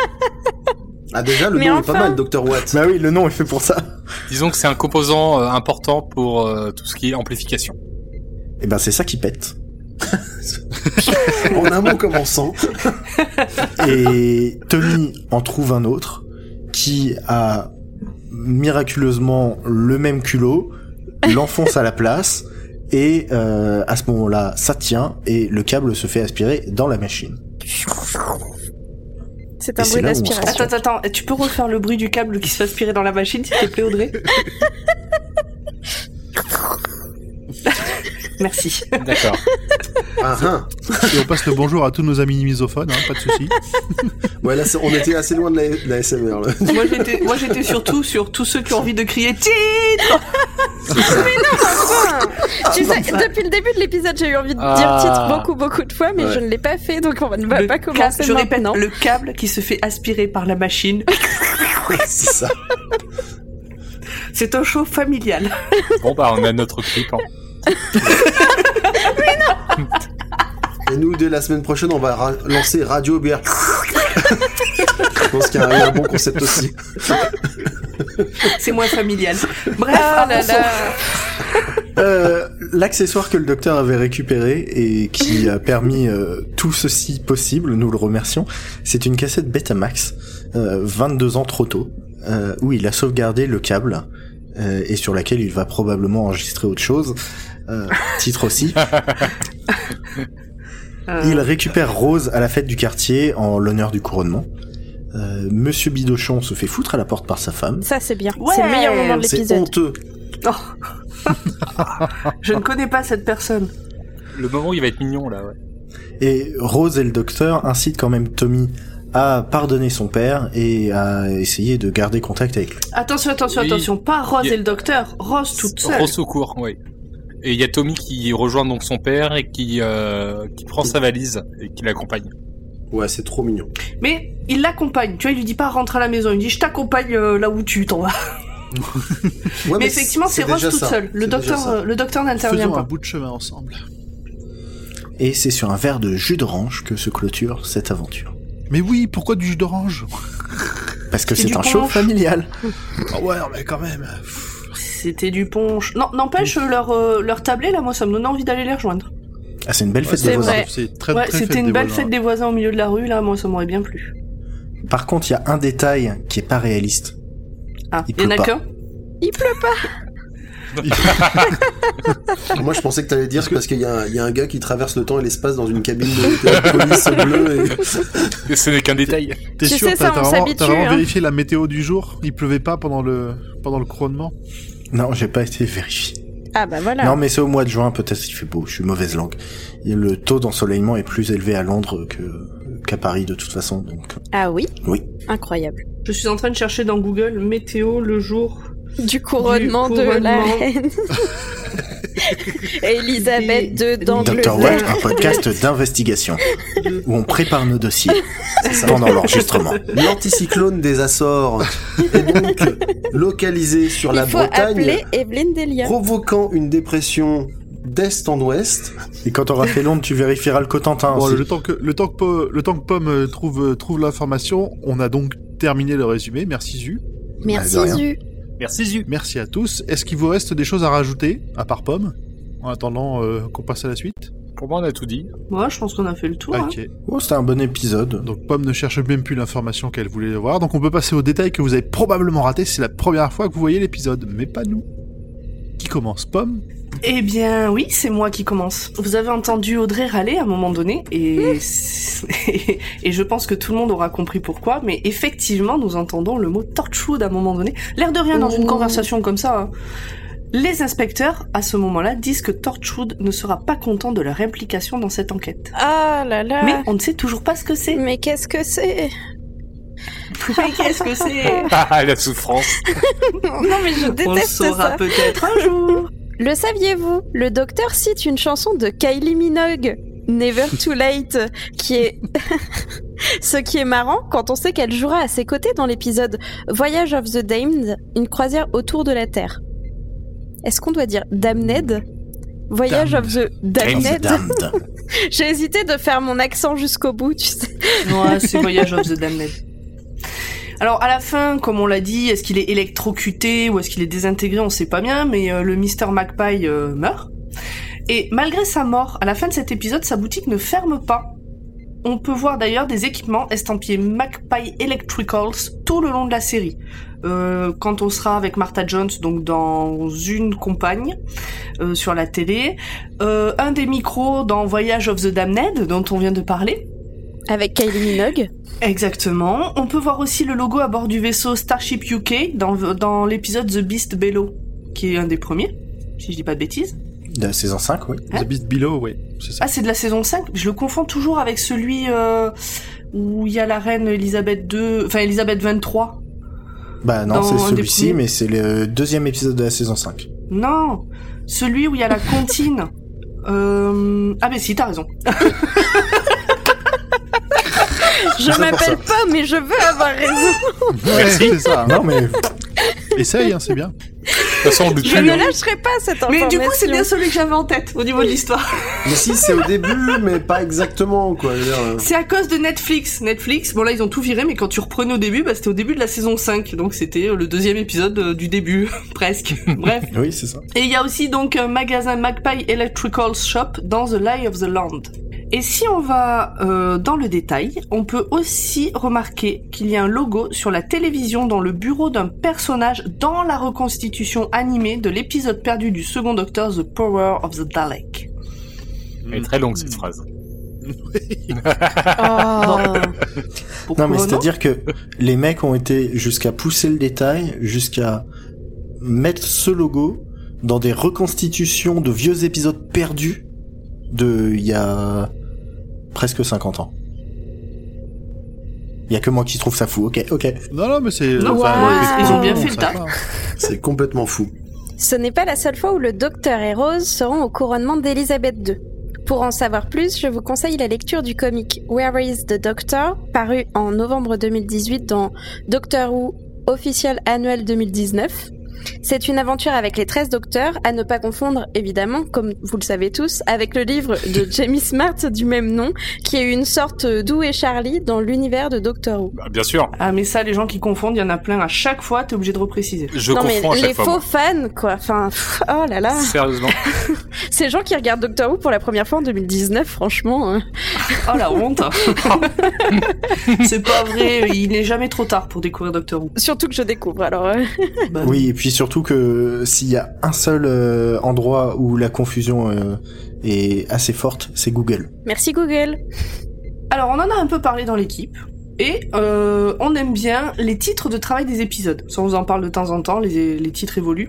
G: Ah, déjà, le
D: Mais
G: nom est
D: enfin.
G: pas mal, docteur Watt.
F: Bah oui, le nom est fait pour ça.
B: Disons que c'est un composant euh, important pour euh, tout ce qui est amplification.
F: Et ben c'est ça qui pète.
G: En un mot commençant.
F: Et Tommy en trouve un autre qui a miraculeusement le même culot, l'enfonce à la place et euh, à ce moment-là ça tient et le câble se fait aspirer dans la machine.
D: C'est
F: Et
D: un
F: c'est
D: bruit
F: là où on se
D: d'aspiration.
C: Attends, attends, attends, tu peux refaire le bruit du câble qui se fait aspirer dans la machine, s'il te plaît, Audrey? Merci.
B: D'accord.
G: Ah, ah.
A: Et on passe le bonjour à tous nos amis misophones, hein, pas de soucis.
G: Ouais, là, c'est- on était assez loin de la, de la S M R, là.
C: moi, j'étais, moi, j'étais surtout sur tous ceux qui ont envie de crier titre.
D: Enfin, tu sais,
C: enfin.
D: depuis le début de l'épisode, j'ai eu envie de
B: Ah.
D: dire titre beaucoup, beaucoup de fois, mais
G: Ouais.
D: je ne l'ai pas fait, donc on va- ne va
C: Le
D: pas
C: câble-
D: commencer
C: je répète,
D: maintenant.
C: le câble qui se fait aspirer par la machine.
G: C'est ça.
C: C'est un show familial.
B: Bon bah on a notre clip. Hein.
G: Et nous, dès la semaine prochaine, on va ra- lancer Radio B R. Je pense qu'il y a un, un bon concept aussi.
C: C'est moins familial. Bref,
D: Ah là
C: avançons.
D: là.
F: Euh, l'accessoire que le docteur avait récupéré et qui a permis euh, tout ceci possible, nous le remercions, c'est une cassette Betamax, euh, vingt-deux ans trop tôt, euh, où il a sauvegardé le câble euh, et sur laquelle il va probablement enregistrer autre chose. Euh, titre aussi.
C: Euh,
F: Il récupère Rose à la fête du quartier en l'honneur du couronnement. Euh, Monsieur Bidochon se fait foutre à la porte par sa femme.
D: Ça, c'est bien.
C: Ouais,
D: c'est le meilleur moment de
G: C'est
D: l'épisode.
G: honteux.
C: oh. Je ne connais pas cette personne.
B: Le moment où il va être mignon là. Ouais.
F: Et Rose et le docteur incitent quand même Tommy à pardonner son père et à essayer de garder contact avec lui.
C: Attention, attention,
B: Oui.
C: attention. Pas Rose
B: Il y a-
C: et le docteur. Rose toute seule.
B: Au secours, oui. Et il y a Tommy qui rejoint donc son père et qui euh, qui prend sa valise et qui l'accompagne.
G: Ouais, c'est trop mignon.
C: Mais il l'accompagne. Tu vois, il lui dit pas rentre à la maison. Il dit je t'accompagne euh, là où tu t'en vas.
G: Ouais,
C: mais effectivement, c'est Rose
G: déjà
C: toute
G: ça.
C: seule. Le
G: C'est déjà
C: docteur,
G: ça.
C: euh, le docteur n'intervient
A: Faisons un
C: pas.
A: bout de chemin ensemble.
F: Et c'est sur un verre de jus d'orange que se clôture cette aventure.
A: Mais oui, pourquoi du jus d'orange?
F: Parce que
C: C'est
F: c'est
C: du
F: un show
C: punch.
F: familial.
A: Ah ouais, mais quand même.
C: C'était du punch. Non, n'empêche leur euh, leur tablé là, moi, ça me donnait envie d'aller les rejoindre.
F: Ah, c'est une belle fête
C: c'est
F: des voisins.
C: vrai.
A: C'est très,
C: Ouais,
A: très
C: c'était
A: fête
C: une
A: des
C: belle
A: voisins.
C: fête des voisins au milieu de la rue là. Moi, ça m'aurait bien plu.
F: Par contre, il y a un détail qui est pas réaliste.
C: Ah,
F: Il
C: il y en
F: pleut
C: a
F: pas.
C: qu'un.
D: Il pleut pas.
G: Moi, je pensais que t'allais dire parce qu'il y, y a un gars qui traverse le temps et l'espace dans une cabine de, de police bleue. Et...
B: et ce n'est qu'un détail.
A: T'es
D: tu
A: sûr,
D: sais
A: t'as,
D: ça,
A: t'as
D: on
A: vraiment,
D: s'habitue.
A: t'as vraiment
D: hein.
A: vérifié la météo du jour? Il pleuvait pas pendant le, pendant le couronnement?
F: Non, j'ai pas été vérifié.
D: Ah bah voilà.
F: Non, mais c'est au mois de juin, peut-être qu'il fait beau. Je suis mauvaise langue. Et le taux d'ensoleillement est plus élevé à Londres que qu'à Paris de toute façon. Donc
D: Ah oui.
F: oui.
D: Incroyable.
C: Je suis en train de chercher dans Google météo le jour.
D: Du couronnement,
C: Du
D: de la
C: couronnement.
D: reine. Elisabeth
C: Des-
D: deux
F: Docteur Watt,
D: d'Angleterre.
F: un podcast d'investigation où on prépare nos dossiers pendant l'enregistrement.
G: L'anticyclone des Açores est donc localisé sur
D: Il
G: la
D: faut
G: Bretagne,
D: appeler Evelyne Delia.
G: provoquant une dépression d'est en ouest.
F: Et quand t'auras fait Londres, tu vérifieras le Cotentin
A: Bon,
F: aussi.
A: le temps que, le temps que, Po- le temps que Pomme euh, trouve, euh, trouve l'information, on a donc terminé le résumé. Merci Zu.
D: Merci
F: de rien.
D: Zu.
B: Merci Zu.
A: Merci à tous. Est-ce qu'il vous reste des choses à rajouter, à part Pomme, en attendant euh, qu'on passe à la suite?
B: Pour moi, on a tout dit.
C: Moi, je pense qu'on a fait le tour. hein.
A: Ok.
F: Oh, c'était un bon épisode.
A: Donc Pomme ne cherche même plus l'information qu'elle voulait avoir, donc on peut passer aux détails que vous avez probablement ratés, c'est la première fois que vous voyez l'épisode, mais pas nous. Qui commence? Pomme?
C: Eh bien, oui, c'est moi qui commence. Vous avez entendu Audrey râler à un moment donné, et, et je pense que tout le monde aura compris pourquoi, mais effectivement, nous entendons le mot Torchwood à un moment donné. L'air de rien dans une
D: Oh.
C: conversation comme ça. hein. Les inspecteurs, à ce moment-là, disent que Torchwood ne sera pas content de leur implication dans cette enquête.
D: Ah là là.
C: Mais on ne sait toujours pas ce que c'est.
D: Mais qu'est-ce que c'est?
C: Mais qu'est-ce que c'est?
B: Ah, la souffrance.
D: Non mais je
C: On le
D: déteste
C: saura
D: ça.
C: peut-être un jour.
D: Le saviez-vous? Le docteur cite une chanson de Kylie Minogue, Never Too Late, qui est... Ce qui est marrant quand on sait qu'elle jouera à ses côtés dans l'épisode Voyage of the Damned, une croisière autour de la Terre. Est-ce qu'on doit dire Damned? Voyage
A: Damned.
D: of the Damned.
F: Damned.
D: J'ai hésité de faire mon accent jusqu'au bout, tu sais.
C: Ouais, c'est Voyage of the Damned. Alors à la fin, comme on l'a dit, est-ce qu'il est électrocuté ou est-ce qu'il est désintégré, on sait pas bien, mais euh, le mister Magpie euh, meurt. Et malgré sa mort, à la fin de cet épisode, sa boutique ne ferme pas. On peut voir d'ailleurs des équipements estampillés Magpie Electricals tout le long de la série. Euh, quand on sera avec Martha Jones, donc dans une compagne euh, sur la télé, euh, un des micros dans Voyage of the Damned dont on vient de parler.
D: Avec Kylie Minogue.
C: Exactement. On peut voir aussi le logo à bord du vaisseau Starship U K dans, dans l'épisode The Beast Below, qui est un des premiers, si je dis pas de bêtises.
F: De la saison cinq, oui.
C: Hein
A: The Beast Below, oui, c'est ça.
C: Ah, c'est de la saison cinq. Je le confonds toujours avec celui euh, où il y a la reine Elisabeth deux, enfin Elisabeth vingt-trois.
F: Bah non,
C: Dans
F: c'est
C: un des
F: celui-ci,
C: premiers.
F: mais c'est le deuxième épisode de la saison cinq.
C: Non, celui où il y a la comptine. Euh... Ah mais si, t'as raison.
D: Je m'appelle pas, mais je veux avoir raison.
A: Ouais, c'est ça.
F: Non, mais
A: Essaye, hein, c'est bien.
B: De toute façon, le
D: Je
B: plus,
D: ne lâcherai pas cette information.
C: Mais du coup, c'est bien celui que j'avais en tête au niveau de l'histoire.
G: Mais si, c'est au début, mais pas exactement, quoi. Je veux dire, euh,
C: C'est à cause de Netflix. Netflix, bon là ils ont tout viré, mais quand tu reprenais au début, bah c'était au début de la saison cinq, donc c'était euh, le deuxième épisode euh, du début, presque. Bref.
F: oui, c'est ça.
C: Et il y a aussi donc un magasin Magpie Electrical Shop dans The Lie of the Land. Et si on va euh, dans le détail, on peut aussi remarquer qu'il y a un logo sur la télévision dans le bureau d'un personnage dans la reconstitution animée de l'épisode perdu du second Docteur, The Power of the Dalek.
B: elle est très longue cette phrase.
D: Oh.
C: Pourquoi
F: Non, mais
C: non
F: c'est-à-dire que les mecs ont été jusqu'à pousser le détail, jusqu'à mettre ce logo dans des reconstitutions de vieux épisodes perdus de il y a presque cinquante ans. Il y a que moi qui trouve ça fou. Ok, ok.
A: Non, non, mais c'est...
C: Non,
A: enfin,
D: ouais,
A: effectivement,
C: ils ont bien
A: on
C: fait le
A: sait
C: taf.
A: pas.
G: c'est complètement fou.
D: Ce n'est pas la seule fois où le Docteur et Rose seront au couronnement d'Elisabeth deux. Pour en savoir plus, je vous conseille la lecture du comic Where is the Doctor, paru en novembre deux mille dix-huit dans Doctor Who Official Annual deux mille dix-neuf. C'est une aventure avec les treize docteurs, à ne pas confondre, évidemment, comme vous le savez tous, avec le livre de Jamie Smart du même nom, qui est une sorte d'Où est Charlie dans l'univers de Doctor Who.
B: Bah, bien sûr,
C: Ah mais ça, les gens qui confondent, il y en a plein à chaque fois, t'es obligé de repréciser.
B: je
D: non mais
B: confonds à chaque
D: les
B: fois.
D: faux
B: moi.
D: fans, quoi. Enfin, pff, oh là là.
B: Sérieusement.
D: Ces gens qui regardent Doctor Who pour la première fois en deux mille dix-neuf, franchement... hein.
C: Oh la honte. C'est pas vrai, il n'est jamais trop tard pour découvrir Doctor Who.
D: Surtout que je découvre, alors... euh,
C: Bah,
F: Oui, et puis puis surtout que s'il y a un seul euh, endroit où la confusion euh, est assez forte, c'est Google.
D: Merci Google.
C: Alors, on en a un peu parlé dans l'équipe. Et euh, on aime bien les titres de travail des épisodes. Ça, on vous en parle de temps en temps, les, les titres évoluent.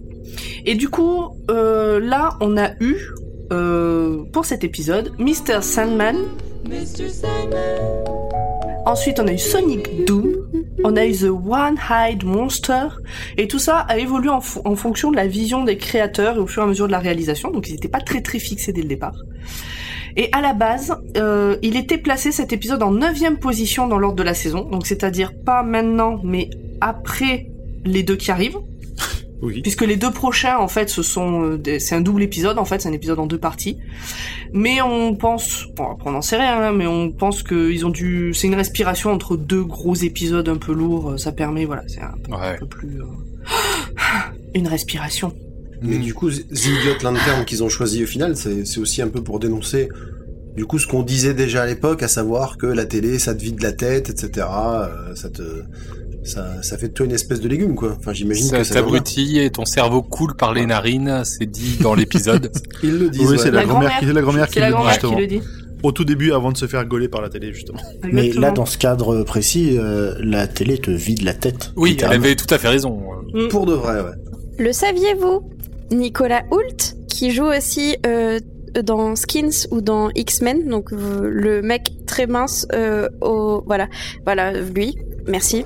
C: Et du coup, euh, là, on a eu, euh, pour cet épisode, mister Sandman. mister Sandman. Ensuite, on a eu Sonic Doom. On a eu The One-Eyed Monster. Et tout ça a évolué en, f- en fonction de la vision des créateurs et au fur et à mesure de la réalisation. Donc, ils n'étaient pas très très fixés dès le départ. Et à la base, euh, il était placé cet épisode en neuvième position dans l'ordre de la saison, donc c'est-à-dire pas maintenant, mais après les deux qui arrivent.
A: Oui.
C: Puisque les deux prochains, en fait, ce sont euh, des, c'est un double épisode, en fait, c'est un épisode en deux parties. Mais on pense, bon, après on n'en sait rien, hein, mais on pense que ils ont dû, c'est une respiration entre deux gros épisodes un peu lourds. Ça permet, voilà, c'est un peu,
B: Ouais.
C: un peu plus euh... une respiration.
G: Mais du coup, The Idiot Lantern qu'ils ont choisi au final, c'est, c'est aussi un peu pour dénoncer du coup ce qu'on disait déjà à l'époque, à savoir que la télé, ça te vide la tête, et cetera. Euh, ça te, ça, ça fait de toi une espèce de légume, quoi. Enfin, j'imagine
B: Ça
G: que ça vient de là.
B: t'abrutit et ton cerveau coule par les narines, c'est dit dans l'épisode.
G: Ils le disent.
A: Oui,
G: ouais.
A: c'est la, grand-mère qui, c'est la grand-mère qui
C: c'est
A: le
C: la
A: dit
C: grand-mère
A: justement.
C: qui le dit.
A: Au tout début, avant de se faire gauler par la télé, justement.
F: Mais
C: Exactement.
F: là, dans ce cadre précis, euh, la télé te vide la tête.
B: Oui, elle
F: littéralement.
B: avait tout à fait raison.
C: Mm.
G: Pour de vrai, ouais.
D: Le saviez-vous? Nicolas Hoult, qui joue aussi euh, dans Skins ou dans X-Men, donc euh, le mec très mince euh, au... Voilà, voilà, lui, merci.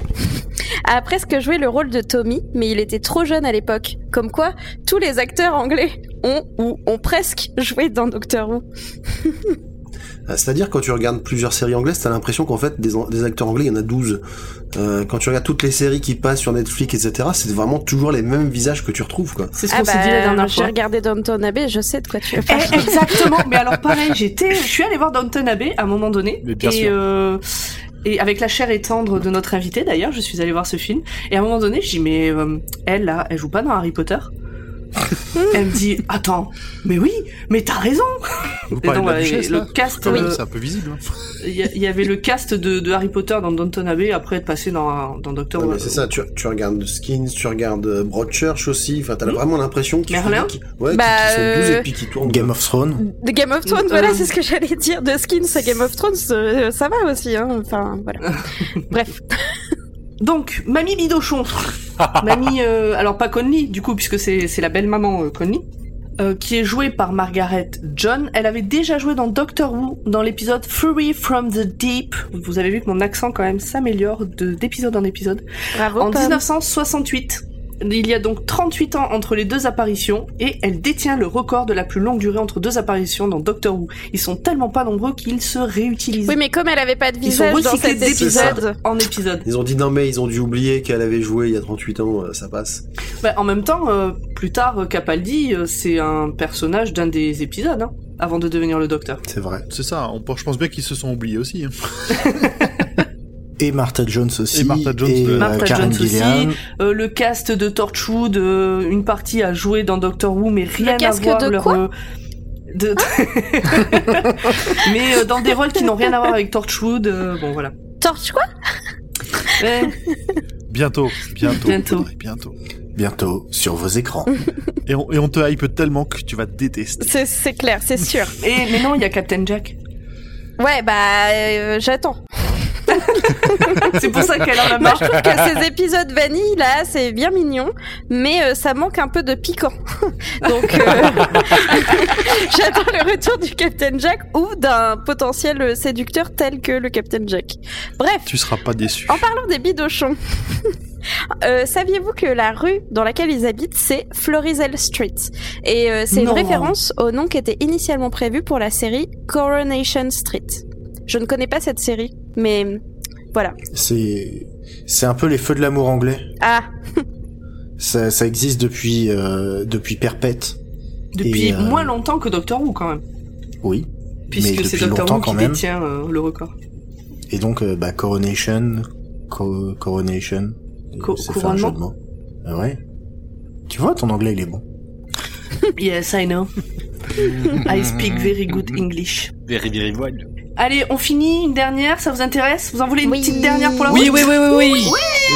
D: A presque joué le rôle de Tommy, mais il était trop jeune à l'époque. Comme quoi, tous les acteurs anglais ont ou ont presque joué dans Doctor Who.
G: Euh, C'est-à-dire, quand tu regardes plusieurs séries anglaises, t'as l'impression qu'en fait, des, an- des acteurs anglais, il y en a douze. Euh, quand tu regardes toutes les séries qui passent sur Netflix, et cetera, c'est vraiment toujours les mêmes visages que tu retrouves, quoi.
C: C'est ce qu'on s'est dit la dernière
D: j'ai
C: fois.
D: regardé Downton Abbey, je sais de quoi tu veux
C: Eh,
D: parler.
C: exactement. Mais alors pareil, j'étais, je suis allée voir Downton Abbey à un moment donné.
B: Mais bien
C: et,
B: sûr.
C: euh, et avec la chair et tendre de notre invité d'ailleurs, je suis allée voir ce film. Et à un moment donné, je dis mais euh, elle là, elle joue pas dans Harry Potter? Elle me dit attends, mais oui, mais t'as raison.
A: Vous
C: Et
A: parlez
C: donc,
A: de la
C: ouais,
A: duchesse,
C: le
A: là
C: cast,
A: Quand même,
C: euh,
A: c'est un peu visible. hein.
C: Il y, a- il y avait le cast de, de Harry Potter dans Downton Abbey après être passé dans dans Doctor
G: Ouais,
C: Who.
G: mais c'est ça, tu, tu regardes Skins, tu regardes euh, Broadchurch aussi, enfin, t'as
C: Hmm.
G: vraiment l'impression qu'ils
C: Merlin
G: qu'ils- ouais,
D: Bah,
G: qu'ils sont douze
D: euh,
G: et puis qu'ils tournent.
F: Game of Thrones.
D: De Game of Thrones,
C: Euh,
D: voilà, c'est ce que j'allais dire. De Skins à Game of Thrones, euh, ça va aussi, hein. Enfin, voilà. Bref.
C: Donc, Mamie Bidochon. Mamie, euh, alors pas Conley, du coup, puisque c'est, c'est la belle maman euh, Conley, euh, qui est jouée par Margaret John. Elle avait déjà joué dans Doctor Who, dans l'épisode Fury from the Deep. Vous avez vu que mon accent, quand même, s'améliore de, d'épisode en épisode.
D: Bravo,
C: En
D: Pam.
C: dix-neuf cent soixante-huit. Il y a donc trente-huit ans entre les deux apparitions, et elle détient le record de la plus longue durée entre deux apparitions dans Doctor Who. Ils sont tellement pas nombreux qu'ils se réutilisent.
D: Oui, mais comme elle avait pas de
C: Ils sont
D: visage dans
C: recyclés
D: cet
C: d'épisode
D: épisode.
C: en épisode.
G: Ils ont dit non, mais ils ont dû oublier qu'elle avait joué il y a trente-huit ans, euh, ça passe.
C: Bah, en même temps, euh, plus tard, euh, Capaldi, euh, c'est un personnage d'un des épisodes, hein, avant de devenir le Docteur.
F: C'est vrai.
A: C'est ça, on, je pense bien qu'ils se sont oubliés aussi. hein.
F: Et Martha Jones aussi.
A: Et Martha Jones,
F: et,
A: de-
F: euh,
C: Martha
F: Karen
C: Jones aussi.
F: Gillian.
C: Euh, le cast de Torchwood, euh, une partie a joué dans Doctor Who, mais rien à
D: casque
C: voir
D: de
C: leur...
D: quoi
C: euh, de... mais euh, dans des rôles qui n'ont rien à voir avec Torchwood, euh, bon voilà.
D: Torch quoi?
C: Ouais.
A: Bientôt, bientôt,
C: Bientôt.
A: Audrey, bientôt.
F: Bientôt sur vos écrans.
A: Et on, et on te hype tellement que tu vas détester.
D: C'est, c'est clair, c'est sûr.
C: Et, mais non, il y a Captain Jack.
D: Ouais, bah, euh, j'attends.
C: C'est pour ça qu'elle en a
D: Moi,
C: marre.
D: je trouve que ces épisodes vanille, là, c'est bien mignon, mais euh, ça manque un peu de piquant. Donc, euh, j'attends le retour du Captain Jack ou d'un potentiel séducteur tel que le Captain Jack. Bref,
A: Tu seras pas déçu.
D: en parlant des bidochons, euh, saviez-vous que la rue dans laquelle ils habitent, c'est Florizel Street? Et euh, c'est
C: Non.
D: une référence au nom qui était initialement prévu pour la série Coronation Street. Je ne connais pas cette série, mais voilà.
F: C'est c'est un peu les feux de l'amour anglais.
D: Ah,
F: Ça, ça existe depuis euh, depuis perpète.
C: Depuis
F: Et, euh,
C: moins longtemps que Doctor Who, quand même.
F: Oui.
C: Puisque
F: mais
C: c'est
F: depuis
C: Doctor
F: longtemps
C: Who
F: quand
C: qui
F: même.
C: détient euh, le record.
F: Et donc euh, bah Coronation, co- Coronation.
C: Co-
F: c'est faire un
C: couronnement
F: jeu de mots. Ah ouais. Tu vois, ton anglais il est bon.
C: Yes, I know. I speak very good English.
B: Very, very well.
C: Allez, on finit une dernière, ça vous intéresse? Vous en voulez une
D: Oui.
C: petite dernière pour la
B: Oui,
C: route
B: oui, oui, oui, oui.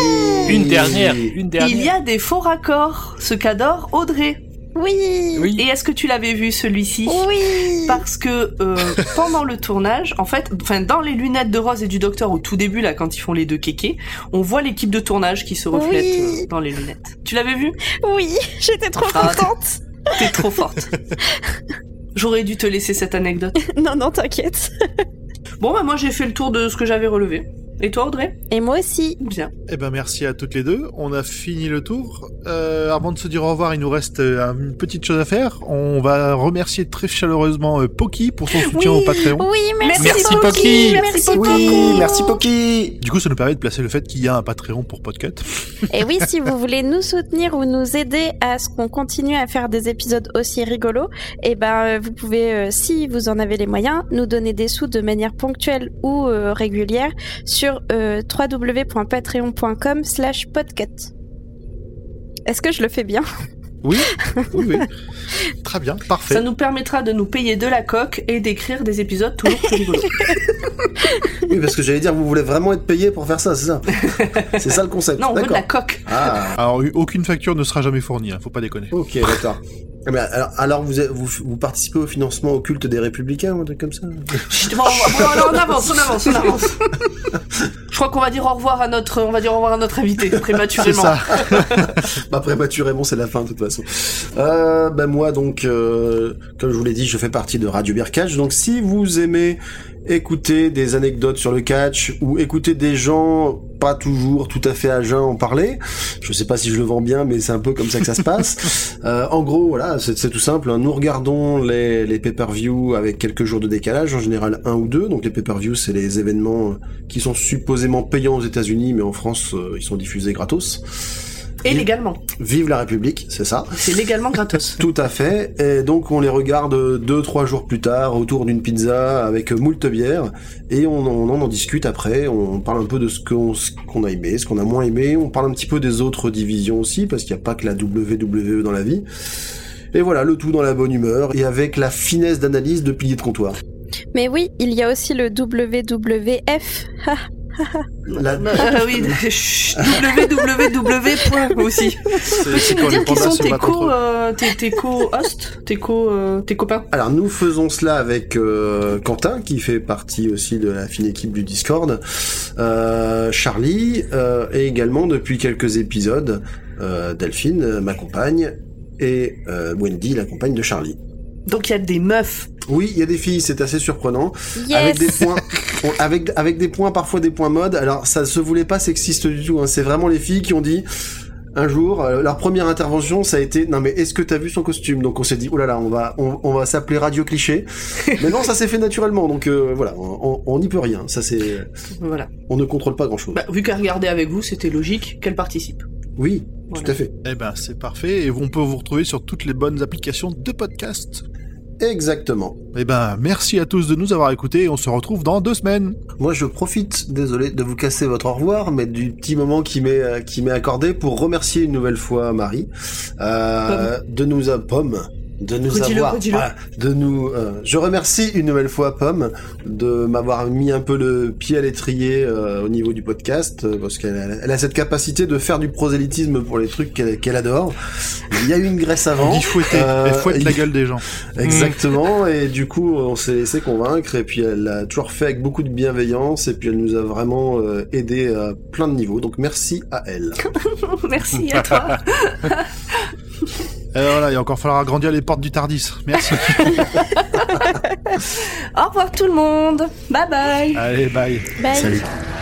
B: Une dernière, une dernière.
C: Il y a des faux raccords, ce qu'adore Audrey.
D: Oui.
B: Oui.
C: Et est-ce que tu l'avais vu celui-ci ?
D: Oui.
C: Parce que euh, pendant le tournage, en fait, enfin dans les lunettes de Rose et du Docteur au tout début là, quand ils font les deux kékés, on voit l'équipe de tournage qui se reflète
D: Oui.
C: euh, dans les lunettes. Tu l'avais vu ?
D: Oui, j'étais trop
C: Ah,
D: contente.
C: T'es trop forte. J'aurais dû te laisser cette anecdote.
D: Non, non, t'inquiète.
C: Bon bah moi j'ai fait le tour de ce que j'avais relevé. Et toi Audrey ?
D: Et moi aussi.
C: Bien.
A: Eh ben merci à toutes les deux. On a fini le tour. Euh, avant de se dire au revoir, il nous reste euh, une petite chose à faire. On va remercier très chaleureusement euh, Poki pour son soutien
D: Oui.
A: au Patreon.
D: Oui, merci,
B: Merci,
D: Poki.
B: Poki.
D: Merci,
C: Poki.
D: Poki.
F: Oui, merci Poki.
A: Du coup, ça nous permet de placer le fait qu'il y a un Patreon pour Podcut.
D: Et oui, si vous voulez nous soutenir ou nous aider à ce qu'on continue à faire des épisodes aussi rigolos, eh ben, euh, vous pouvez, euh, si vous en avez les moyens, nous donner des sous de manière ponctuelle ou euh, régulière sur euh, w w w point patreon point com slash podcut. Est-ce que je le fais bien ?
A: Oui, oui, oui. Très bien, parfait.
C: Ça nous permettra de nous payer de la coque et d'écrire des épisodes toujours plus rigolos.
G: Oui, parce que j'allais dire, vous voulez vraiment être payé pour faire ça, c'est ça? C'est ça le concept.
C: Non, on veut de
G: D'accord.
C: la coque.
G: Ah,
A: Alors, aucune facture ne sera jamais fournie, hein, faut pas déconner.
G: ok, d'accord. Ah, mais alors, alors vous, êtes- vous, vous participez au financement occulte des Républicains ou un truc comme ça?
C: Chut, bon, on, va- bon, alors on avance, on avance, on avance. Je crois qu'on va dire au revoir à notre, on va dire au revoir à notre invité
A: C'est
C: prématurément.
A: ça.
G: Bah prématurément, c'est la fin de toute façon. Euh, bah moi donc, euh, comme je vous l'ai dit, je fais partie de Radio Beer Catch. Donc si vous aimez écouter des anecdotes sur le catch ou écouter des gens pas toujours tout à fait à jeun en parler, je sais pas si je le vends bien, mais c'est un peu comme ça que ça se passe. Euh, en gros, voilà, c'est, c'est tout simple. Hein. Nous regardons les, les pay-per-view avec quelques jours de décalage, en général un ou deux. Donc les pay-per-view, c'est les événements qui sont supposément payants aux États-Unis, mais en France, euh, ils sont diffusés gratos.
C: Et légalement.
G: Vive la République, c'est ça.
C: C'est légalement gratos.
G: Tout à fait. Et donc on les regarde deux, trois jours plus tard autour d'une pizza avec moult bière et on, on en discute après. On parle un peu de ce qu'on, ce qu'on a aimé, ce qu'on a moins aimé. On parle un petit peu des autres divisions aussi parce qu'il n'y a pas que la W W E dans la vie. Et voilà, le tout dans la bonne humeur et avec la finesse d'analyse de pilier de comptoir.
D: Mais oui, il y a aussi le W W F.
G: La...
C: Euh, oui, chut, W W W point aussi.
A: C'est,
C: Peux-tu nous
A: quand les
C: dire qui
A: pandas
C: sont
A: se
C: tes
A: battent entre
C: co,
A: eux.
C: euh, tes, tes co-hosts, tes co, euh, tes copains?
G: Alors nous faisons cela avec euh, Quentin qui fait partie aussi de la fine équipe du Discord, euh, Charlie euh, et également depuis quelques épisodes euh, Delphine, euh, ma compagne, et euh, Wendy, la compagne de Charlie.
C: Donc il y a des meufs.
G: Oui, il y a des filles, c'est assez surprenant.
D: Yes.
G: Avec des points, on- avec avec des points parfois des points mode. Alors ça se voulait pas sexiste du tout. Hein. C'est vraiment les filles qui ont dit. Un jour, euh, leur première intervention, ça a été non mais est-ce que t'as vu son costume? Donc on s'est dit oh là là, on va on, on va s'appeler Radio Cliché. Mais non, ça s'est fait naturellement. Donc euh, voilà, on on n'y peut rien. Ça c'est
C: Voilà.
G: on ne contrôle pas grand chose.
C: Bah, vu qu'elle regardait avec vous, c'était logique qu'elle participe.
G: Oui,
C: Voilà.
G: tout à fait.
A: Eh ben, c'est parfait. Et on peut vous retrouver sur toutes les bonnes applications de podcast.
G: Exactement.
A: Eh ben, merci à tous de nous avoir écoutés et on se retrouve dans deux semaines.
G: Moi, je profite, désolé de vous casser votre au revoir, mais du petit moment qui m'est euh, qui m'est accordé pour remercier une nouvelle fois Marie euh, de nous a Pomme de nous
C: Redis-le,
G: avoir
C: redis-le.
G: voilà, de nous euh, je remercie une nouvelle fois Pomme de m'avoir mis un peu le pied à l'étrier euh, au niveau du podcast euh, parce qu'elle a, elle a cette capacité de faire du prosélytisme pour les trucs qu'elle, qu'elle adore. Il y a eu une graisse avant.
A: On dit fouetter.
G: Euh,
A: Elle fouette la
G: il-
A: gueule des gens.
G: Exactement, et du coup on s'est laissé convaincre, et puis elle l'a toujours fait avec beaucoup de bienveillance, et puis elle nous a vraiment euh, aidé à plein de niveaux, donc merci à elle.
C: Merci à toi.
A: Et voilà, il va encore falloir agrandir les portes du Tardis. Merci.
C: Au revoir tout le monde. Bye bye.
A: Allez, bye.
D: Bye.
F: Salut.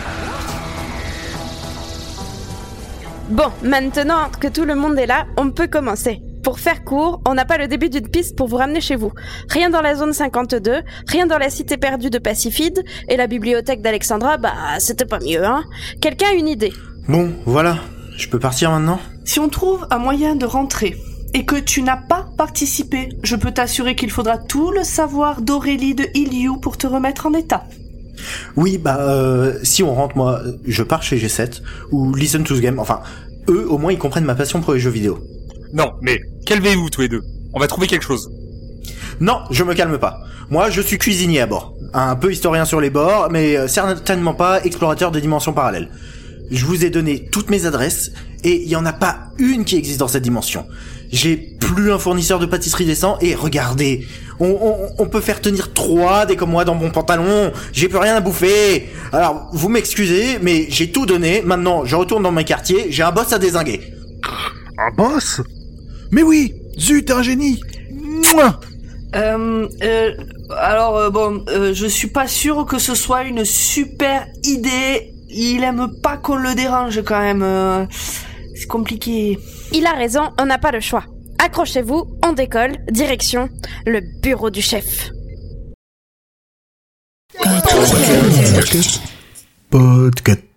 D: Bon, maintenant que tout le monde est là, on peut commencer. Pour faire court, on n'a pas le début d'une piste pour vous ramener chez vous. Rien dans la zone cinquante-deux, rien dans la cité perdue de Pacifide, et la bibliothèque d'Alexandra, bah, c'était pas mieux, hein. Quelqu'un a une idée?
F: Bon, voilà. Je peux partir maintenant?
C: Si on trouve un moyen de rentrer et que tu n'as pas participé, je peux t'assurer qu'il faudra tout le savoir d'Aurélie de Iliou pour te remettre en état.
F: Oui, bah, euh, si on rentre, moi, je pars chez G sept, ou Listen to the Game, enfin, eux, au moins, ils comprennent ma passion pour les jeux vidéo.
B: Non, mais calmez-vous tous les deux. On va trouver quelque chose.
F: Non, je me calme pas. Moi, je suis cuisinier à bord. Un peu historien sur les bords, mais euh, certainement pas explorateur de dimensions parallèles. Je vous ai donné toutes mes adresses et il y en a pas une qui existe dans cette dimension. J'ai plus un fournisseur de pâtisserie décent et regardez, on, on, on peut faire tenir trois des comme moi dans mon pantalon. J'ai plus rien à bouffer. Alors vous m'excusez, mais j'ai tout donné. Maintenant, je retourne dans mes quartiers. J'ai un boss à dézinguer.
A: Un boss ? Mais oui, zut, t'es un génie. Mouah.
C: Euh, euh, alors euh, bon, euh, je suis pas sûr que ce soit une super idée. Il aime pas qu'on le dérange quand même. Euh, c'est compliqué.
D: Il a raison, on n'a pas le choix. Accrochez-vous, on décolle, direction le bureau du chef.
E: Podcast.